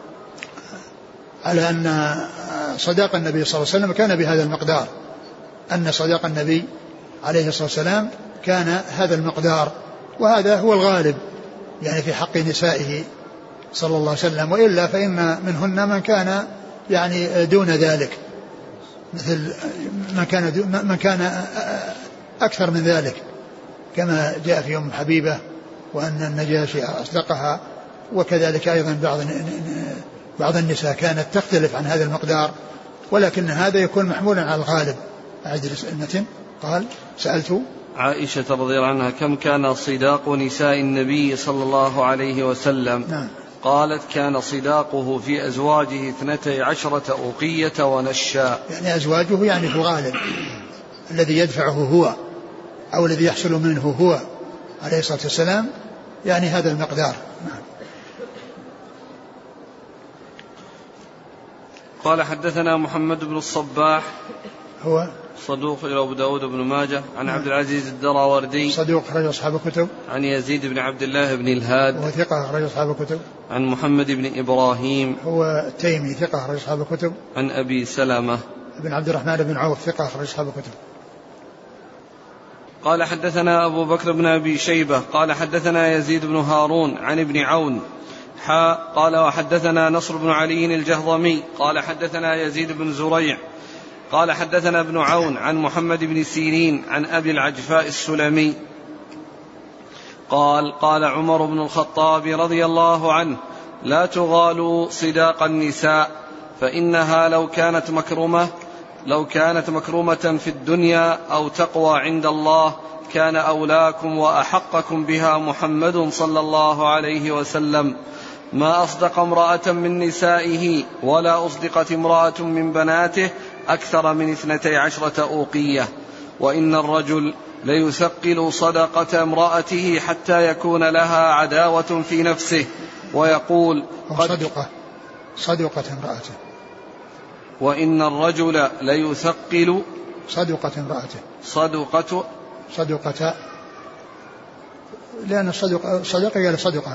Speaker 2: على أن صداق النبي صلى الله عليه وسلم كان بهذا المقدار، أن صداق النبي عليه الصلاة والسلام كان هذا المقدار، وهذا هو الغالب يعني في حق نسائه صلى الله عليه وسلم، وإلا فإن منهن من كان يعني دون ذلك، مثل من كان من كان أكثر من ذلك، كما جاء في أم حبيبة وأن النجاشي أصدقها، وكذلك أيضا بعض بعض النساء كانت تختلف عن هذا المقدار، ولكن هذا يكون محمولا على الغالب. أعد المتن. قال سألت
Speaker 1: عائشة رضي الله عنها كم كان صداق نساء النبي صلى الله عليه وسلم؟
Speaker 2: نعم.
Speaker 1: قالت كان صداقه في أزواجه اثنتي عشرة أوقية ونشا،
Speaker 2: يعني أزواجه يعني في الغالب الذي يدفعه هو أو الذي يحصل منه هو عليه الصلاة والسلام، يعني هذا المقدار. نعم.
Speaker 1: قال حدثنا محمد بن الصباح
Speaker 2: هو
Speaker 1: صدوق إلى أبو داود بن ماجه. عن عبد العزيز الدراوردي
Speaker 2: صدوق أخرج أصحاب الكتب.
Speaker 1: عن يزيد بن عبد الله بن الهاد
Speaker 2: وهو ثقة أخرج أصحاب الكتب.
Speaker 1: عن محمد بن إبراهيم
Speaker 2: هو التيمي ثقة أخرج أصحاب الكتب.
Speaker 1: عن أبي سلمة
Speaker 2: بن عبد الرحمن بن عوف ثقة أخرج أصحاب الكتب.
Speaker 1: قال حدثنا أبو بكر بن أبي شيبة قال حدثنا يزيد بن هارون عن ابن عون حاء قال وحدثنا نصر بن علي الجهضمي قال حدثنا يزيد بن زريع قال حدثنا ابن عون عن محمد بن سيرين عن أبي العجفاء السلمي قال قال عمر بن الخطاب رضي الله عنه لا تغالوا صداق النساء فإنها لو كانت مكرمة لو كانت مكرمة في الدنيا أو تقوى عند الله كان أولاكم وأحقكم بها محمد صلى الله عليه وسلم ما أصدق امرأة من نسائه ولا أصدقت امرأة من بناته أكثر من اثنتي عشرة أوقية وإن الرجل ليثقل صدقة امرأته حتى يكون لها عداوة في نفسه ويقول قد
Speaker 2: صدقة صدقة امرأته
Speaker 1: وإن الرجل ليثقل
Speaker 2: صدقة امرأته
Speaker 1: صدقة
Speaker 2: صدقة لأن الصدقة صدقة قال صدقة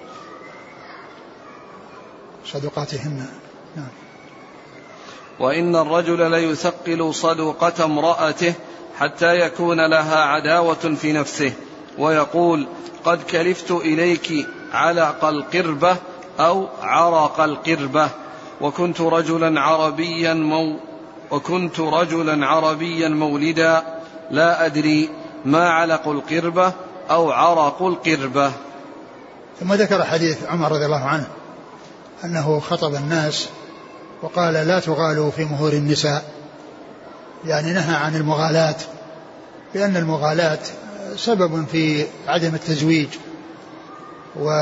Speaker 2: صدقاتهن. نعم.
Speaker 1: وإن الرجل ليثقل صدقة امرأته حتى يكون لها عداوة في نفسه ويقول قد كلفت إليك علق القربة أو عرق القربة وكنت رجلا عربيا مو وكنت رجلا عربيا مولدا لا أدري ما علق القربة أو عرق القربة.
Speaker 2: ثم ذكر حديث عمر رضي الله عنه أنه خطب الناس وقال لا تغالوا في مهور النساء، يعني نهى عن المغالاة، لأن المغالاة سبب في عدم التزويج و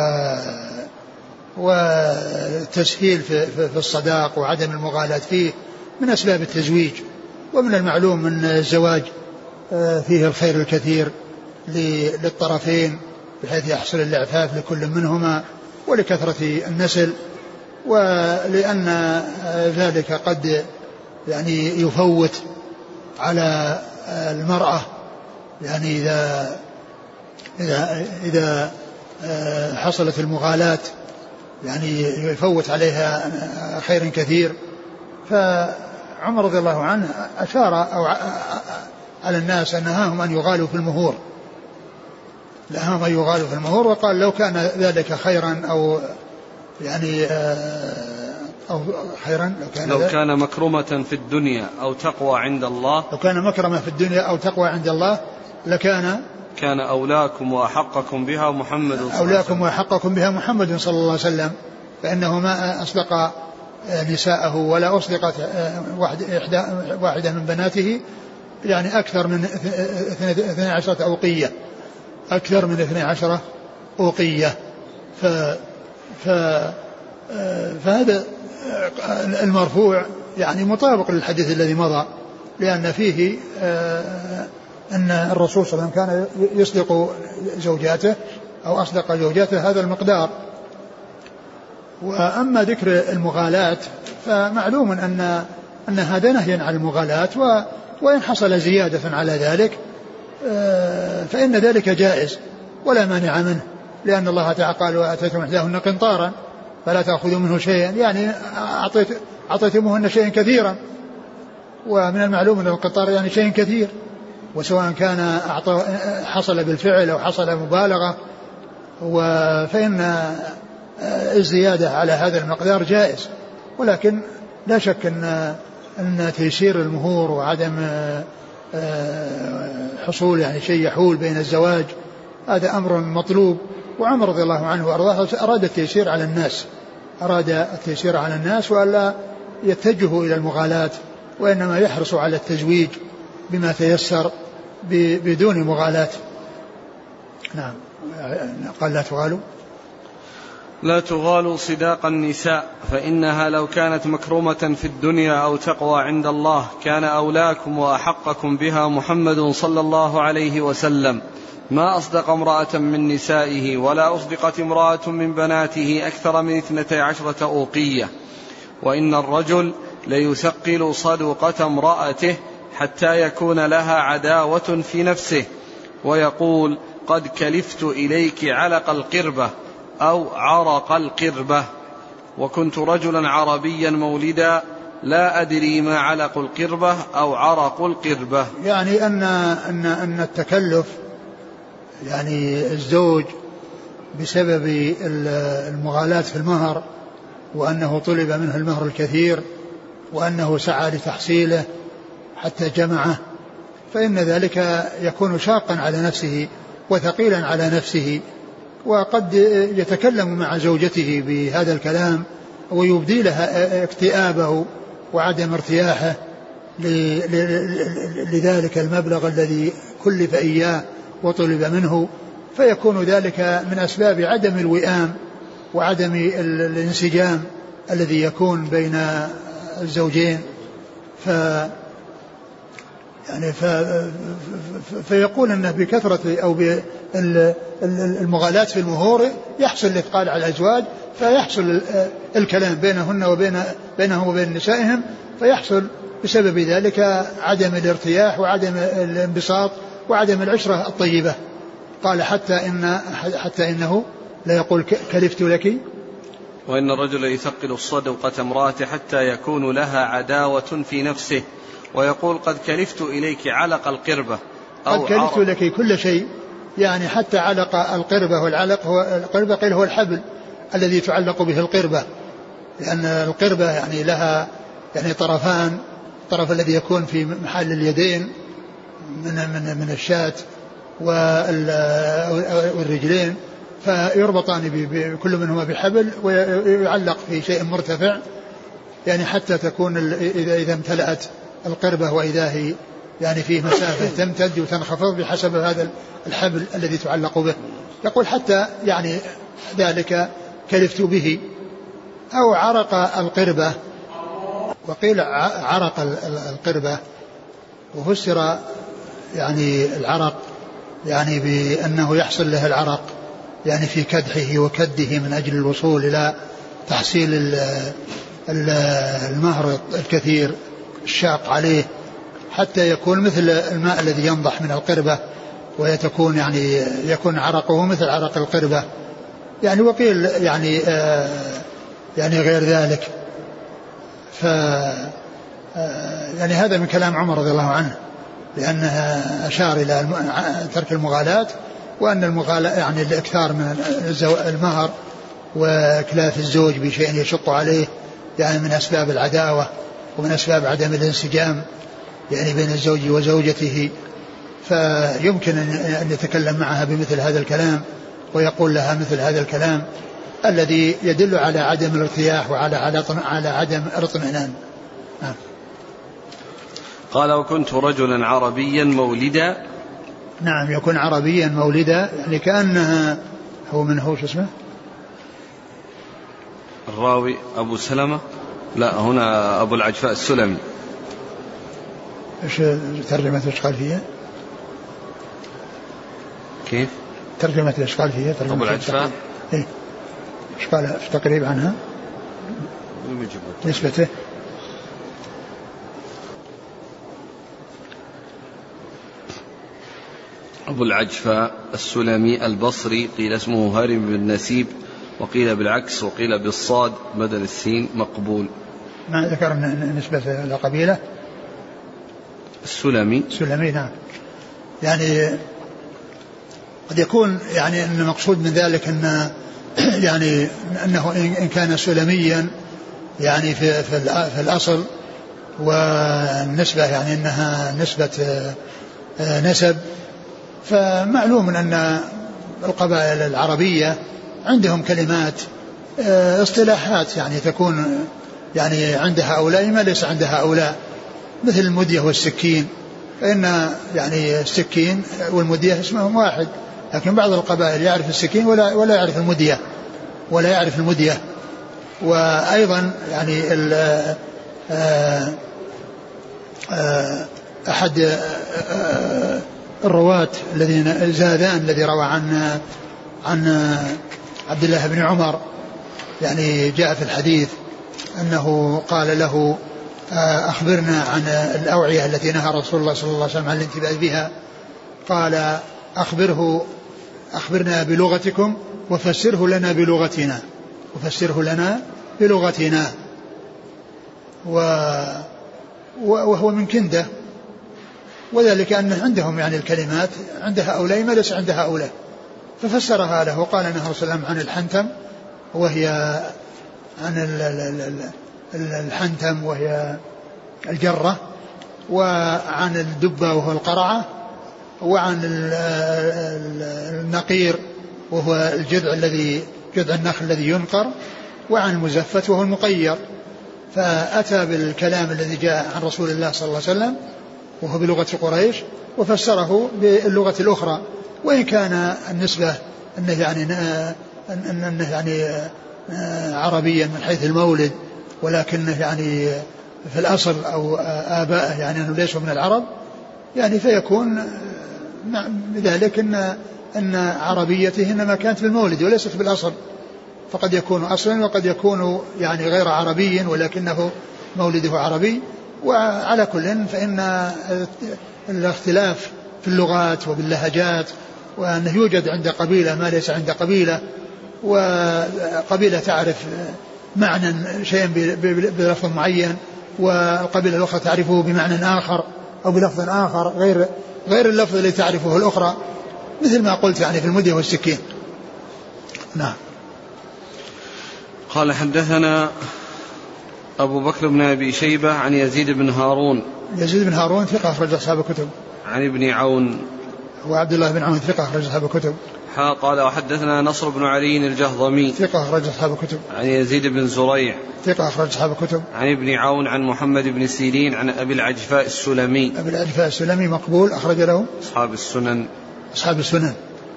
Speaker 2: وتسهيل في, في الصداق وعدم المغالاة فيه من أسباب التزويج. ومن المعلوم أن الزواج فيه الخير الكثير للطرفين بحيث يحصل الإعفاف لكل منهما ولكثرة النسل، ولأن ذلك قد يعني يفوت على المرأة، يعني إذا إذا إذا حصلت المغالاة يعني يفوت عليها خير كثير. فعمر رضي الله عنه أشار أو على الناس أن نهاهم أن يغالوا في المهور، نهاهم أن يغالوا في المهور، وقال لو كان ذلك خيرا أو يعني أو خيرا لو كان,
Speaker 1: لو كان مكرمة في الدنيا أو تقوى عند الله
Speaker 2: لو كان مكرمة في الدنيا أو تقوى عند الله لكان
Speaker 1: كان أولاكم وأحقكم بها محمد صلى الله عليه وسلم
Speaker 2: أولاكم وأحقكم بها محمد صلى الله عليه وسلم، فإنه ما أصدق نساءه ولا أصدقت واحدة من بناته يعني أكثر من اثني عشرة أوقية أكثر من اثني عشرة أوقية. ف ف فهذا المرفوع يعني مطابق للحديث الذي مضى، لأن فيه أن الرسول صلى الله عليه وسلم كان يصدق زوجاته أو أصدق زوجاته هذا المقدار. وأما ذكر المغالاة فمعلوم أن أن هذا نهي عن المغالاة، وإن حصل زيادة على ذلك فإن ذلك جائز ولا مانع منه، لأن الله تعالى قال وآتيتم إحداهن قنطارا فلا تأخذوا منه شيئا، يعني أعطيت أعطيتموهن شيئا كثيرا، ومن المعلوم أن القنطار يعني شيء كثير، وسواء كان حصل بالفعل أو حصل مبالغة، فإن الزيادة على هذا المقدار جائز. ولكن لا شك أن أن تيسير المهور وعدم حصول يعني شيء يحول بين الزواج هذا أمر مطلوب. وعمر رضي الله عنه وأرضاه أراد التيسير على الناس أراد التيسير على الناس وألا يتجهوا إلى المغالاة، وإنما يحرص على التزويج بما تيسر بدون مغالاة. نعم. قال لا تغالوا
Speaker 1: لا تغالوا صداق النساء فإنها لو كانت مكرمة في الدنيا أو تقوى عند الله كان أولاكم وأحقكم بها محمد صلى الله عليه وسلم ما أصدق امرأة من نسائه ولا أصدقت امرأة من بناته أكثر من اثنتي عشرة أوقية وإن الرجل ليثقل صدقة امرأته حتى يكون لها عداوة في نفسه، ويقول قد كلفت إليك علق القربة أو عرق القربة، وكنت رجلا عربيا مولدا لا أدري ما علق القربة أو عرق القربة.
Speaker 2: يعني أن, أن, أن التكلف يعني الزوج بسبب المغالاة في المهر، وأنه طلب منه المهر الكثير، وأنه سعى لتحصيله حتى جمعه، فإن ذلك يكون شاقا على نفسه وثقيلا على نفسه، وقد يتكلم مع زوجته بهذا الكلام ويبدي لها اكتئابه وعدم ارتياحه لذلك المبلغ الذي كلف إياه وطلب منه، فيكون ذلك من أسباب عدم الوئام وعدم الانسجام الذي يكون بين الزوجين. ف يعني ف... فيقول أنه بكثرة أو بالمغالاة في المهور يحصل الإثقال على الأزواج، فيحصل الكلام بينهن وبين بينهم وبين نسائهم، فيحصل بسبب ذلك عدم الارتياح وعدم الانبساط وعدم العشرة الطيبة. قال حتى إن حتى إنه لا يقول كلفت لك،
Speaker 1: وإن الرجل يثقل الصدقة امرأته حتى يكون لها عداوة في نفسه، ويقول قد كلفت إليك علق القربة
Speaker 2: أو قد كلفت لك كل شيء، يعني حتى علق القربة، والعلق هو القربة قيل هو الحبل الذي تعلق به القربة، لأن القربة يعني لها يعني طرفان، الطرف الذي يكون في محل اليدين من من من الشاة والرجلين، فيربطان بكل منهما بحبل ويعلق في شيء مرتفع، يعني حتى تكون إذا إذا امتلأت القربة وإذا هي يعني فيه مسافة تمتد وتنخفض بحسب هذا الحبل الذي تعلق به. يقول حتى يعني ذلك كلفت به أو عرق القربة، وقيل عرق القربة، وفسر يعني العرق يعني بأنه يحصل له العرق يعني في كدحه وكده من أجل الوصول إلى تحصيل المهر الكثير الشاق عليه، حتى يكون مثل الماء الذي ينضح من القربة ويتكون يعني يكون عرقه مثل عرق القربة يعني. وقيل يعني آه يعني غير ذلك. ف يعني هذا من كلام عمر رضي الله عنه، لأنه أشار إلى ترك المغالاة، وأن المغالاة يعني الإكثار من المهر وإكلاف الزوج بشيء يشق عليه يعني من أسباب العداوة ومن أسباب عدم الانسجام يعني بين الزوج وزوجته، فيمكن أن يتكلم معها بمثل هذا الكلام ويقول لها مثل هذا الكلام الذي يدل على عدم الارتياح وعلى على عدم الاطمئنان. نعم.
Speaker 1: قال وكنت رجلا عربيا مولدا.
Speaker 2: نعم، يكون عربيا مولدا يعني كأنها هو من هو شو اسمه
Speaker 1: الراوي أبو سلمة، لا هنا أبو العجفاء السلمي.
Speaker 2: إيش ترجمة إيش قال فيها؟
Speaker 1: كيف
Speaker 2: ترجمة إيش قال فيها؟
Speaker 1: أبو العجفاء
Speaker 2: إيه إيش قال في تقريب عنها نسبته؟
Speaker 1: أبو العجفاء السلمي البصري، قيل اسمه هارم بن نسيب، وقيل بالعكس، وقيل بالصاد بدل السين، مقبول.
Speaker 2: ما ذكر نسبة إلى قبيلة
Speaker 1: السلمي
Speaker 2: السلمي. نعم، يعني قد يكون يعني أن المقصود من ذلك أن يعني أنه إن كان سلميا يعني في في الأصل، والنسبة يعني أنها نسبة نسب، فمعلوم أن القبائل العربية عندهم كلمات اصطلاحات يعني تكون يعني عند هؤلاء ما ليس عند هؤلاء، مثل المدية والسكين، فإن يعني السكين والمدية اسمهم واحد، لكن بعض القبائل يعرف السكين ولا ولا يعرف المدية ولا يعرف المدية. وأيضا يعني أحد الرواة الذين زادان الذي روى عن عن عبد الله بن عمر يعني جاء في الحديث أنه قال له أخبرنا عن الأوعية التي نهى رسول الله صلى الله عليه وسلم عن الانتباه بها. قال أخبره أخبرنا بلغتكم وفسره لنا بلغتنا وفسره لنا بلغتنا وهو من كندة، وذلك أن عندهم يعني الكلمات عند هؤلاء ما ليس عند هؤلاء، ففسرها له. قال نهى صلى الله عليه وسلم عن الحنتم وهي عن الحنتم وهي الجرة، وعن الدبة وهو القرعة، وعن النقير وهو الجذع الذي جذع النخل الذي ينقر، وعن المزفت وهو المقير. فأتى بالكلام الذي جاء عن رسول الله صلى الله عليه وسلم وهو بلغة قريش، وفسره باللغة الأخرى، وإن كان النسبة أنه يعني أنه يعني عربيا من حيث المولد، ولكنه يعني في الأصل أو آبائه يعني أنه ليسوا من العرب، يعني فيكون بذلك أن أن عربيته إنما كانت في المولد وليست بالأصل، فقد يكون أصلا وقد يكون يعني غير عربي ولكنه مولده عربي. وعلى كل فإن الاختلاف في اللغات وباللهجات، وأنه يوجد عند قبيلة ما ليس عند قبيلة، وقبيلة تعرف معنى شيء بلفظ معين والقبيلة الأخرى تعرفه بمعنى آخر أو بلفظ آخر غير غير اللفظ الذي تعرفه الأخرى، مثل ما قلت يعني في المدية والسكين. نعم.
Speaker 1: قال حدثنا أبو بكر بن أبي شيبة عن يزيد بن هارون.
Speaker 2: يزيد بن هارون ثقة أخرج أصحاب الكتب.
Speaker 1: عن ابن عون
Speaker 2: وعبد الله بن عون ثقة أخرج أصحاب الكتب.
Speaker 1: قال وحدثنا نصر بن علي الجهضمي
Speaker 2: ثقة أخرج أصحاب الكتب.
Speaker 1: عن يزيد بن زريع
Speaker 2: ثقة أخرج أصحاب الكتب.
Speaker 1: عن ابن عون عن محمد بن سيرين عن أبي العجفاء السلمي.
Speaker 2: أبي العجفاء السلمي مقبول أخرج له
Speaker 1: أصحاب السنن.
Speaker 2: أصحاب السنن.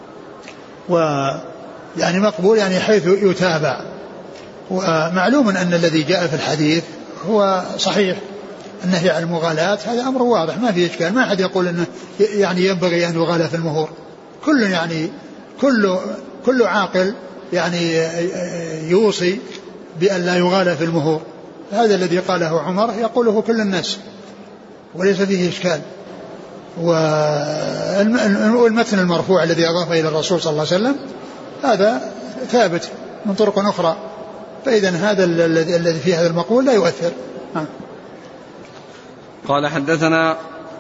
Speaker 2: ويعني مقبول يعني حيث يتابع، ومعلوم أن الذي جاء في الحديث هو صحيح. النهي عن المغالاة هذا أمر واضح ما فيه إشكال، ما أحد يقول أنه يعني ينبغي أن يغالى في المهور. كل يعني كل كل عاقل يعني يوصي بأن لا يغالى في المهور. هذا الذي قاله عمر يقوله كل الناس وليس فيه إشكال. والمتن المرفوع الذي أضاف إلى الرسول صلى الله عليه وسلم هذا ثابت من طرق أخرى، فإذا هذا الذي في هذا المقول لا يؤثر.
Speaker 1: قال حدثنا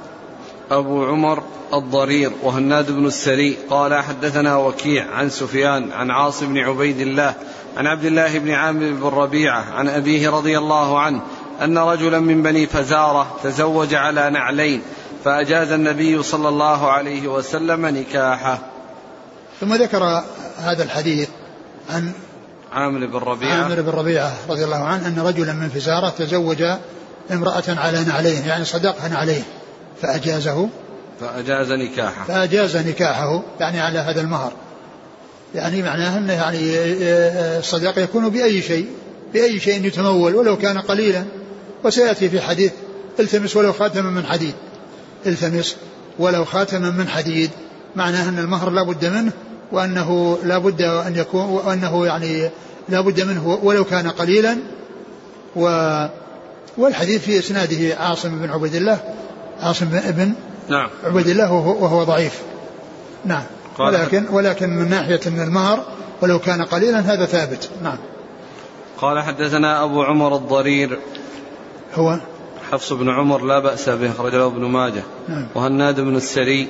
Speaker 1: أبو عمر الضرير وهناد بن السري قال حدثنا وكيع عن سفيان عن عاصم بن عبيد الله عن عبد الله بن عامر بن ربيعة عن أبيه رضي الله عنه أن رجلا من بني فزارة تزوج على نعلين فأجاز النبي صلى الله عليه وسلم نكاحه.
Speaker 2: ثم ذكر هذا الحديث عن
Speaker 1: عامر بن ربيعة
Speaker 2: عامر بن ربيعة رضي الله عنه أن رجلا من فزارة تزوج امرأة على نعلين، يعني صدقها نعلين فأجازه
Speaker 1: فأجاز نكاحه
Speaker 2: فأجاز نكاحه يعني على هذا المهر، يعني معناه أنه يعني الصداق يكون بأي شيء بأي شيء يتمول ولو كان قليلا. وسيأتي في حديث التمس ولو خاتما من حديد، التمس ولو خاتما من حديد، معناه أن المهر لا بد منه، وأنه لا بد أن يكون وأنه يعني لا بد منه ولو كان قليلا. و والحديث في إسناده عاصم بن عبيد الله عاصم بن
Speaker 1: نعم.
Speaker 2: عبيد الله وهو ضعيف. نعم. ولكن ولكن من ناحية أن المهر ولو كان قليلا هذا ثابت. نعم.
Speaker 1: قال حدثنا أبو عمر الضرير
Speaker 2: هو
Speaker 1: حفص بن عمر لا بأس به أخرج له ابن ماجه.
Speaker 2: نعم.
Speaker 1: وهناد بن السري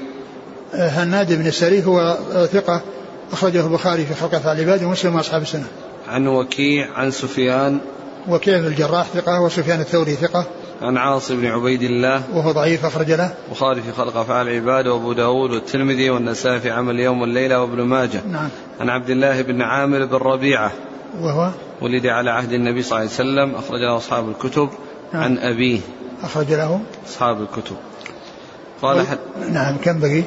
Speaker 2: هناد بن السري هو ثقة أخرجه البخاري في خلق أفعال العباد ومسلم وأصحاب السنة.
Speaker 1: عن وكيع عن سفيان
Speaker 2: وكيع بن الجراح ثقة وسفيان الثوري ثقة.
Speaker 1: عن عاصم بن عبيد الله
Speaker 2: وهو ضعيف أخرج له
Speaker 1: البخاري في خلق أفعال العباد وأبو داود والترمذي والنسائي في عمل اليوم والليلة وابن ماجه.
Speaker 2: نعم.
Speaker 1: عن عبد الله بن عامر بن ربيعة
Speaker 2: وهو
Speaker 1: ولد على عهد النبي صلى الله عليه وسلم أخرج له أصحاب الكتب. نعم. عن أبيه
Speaker 2: أخرج له
Speaker 1: أصحاب الكتب. قال حد...
Speaker 2: نعم. كم بقي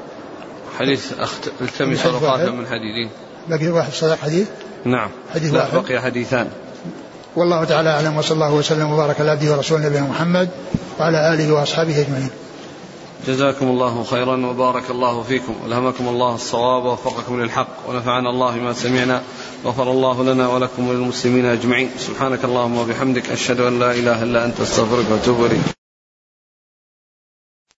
Speaker 1: حديث أخت... التمس ورقات من حديدين
Speaker 2: بقي واحد صدق حديث.
Speaker 1: نعم.
Speaker 2: حديث
Speaker 1: لا
Speaker 2: واحد.
Speaker 1: بقي حديثان.
Speaker 2: والله تعالى أعلم وصلى الله وسلم وبارك على عبده ورسوله نبينا محمد وعلى آله وأصحابه أجمعين.
Speaker 1: جزاكم الله خيرا وبارك الله فيكم، ألهمكم الله الصواب ووفقكم للحق، ونفعنا الله ما سمعنا، غفر الله لنا ولكم وللمسلمين أجمعين. سبحانك اللهم وبحمدك، أشهد أن لا إله إلا أنت، أستغفرك وأتوب إليك.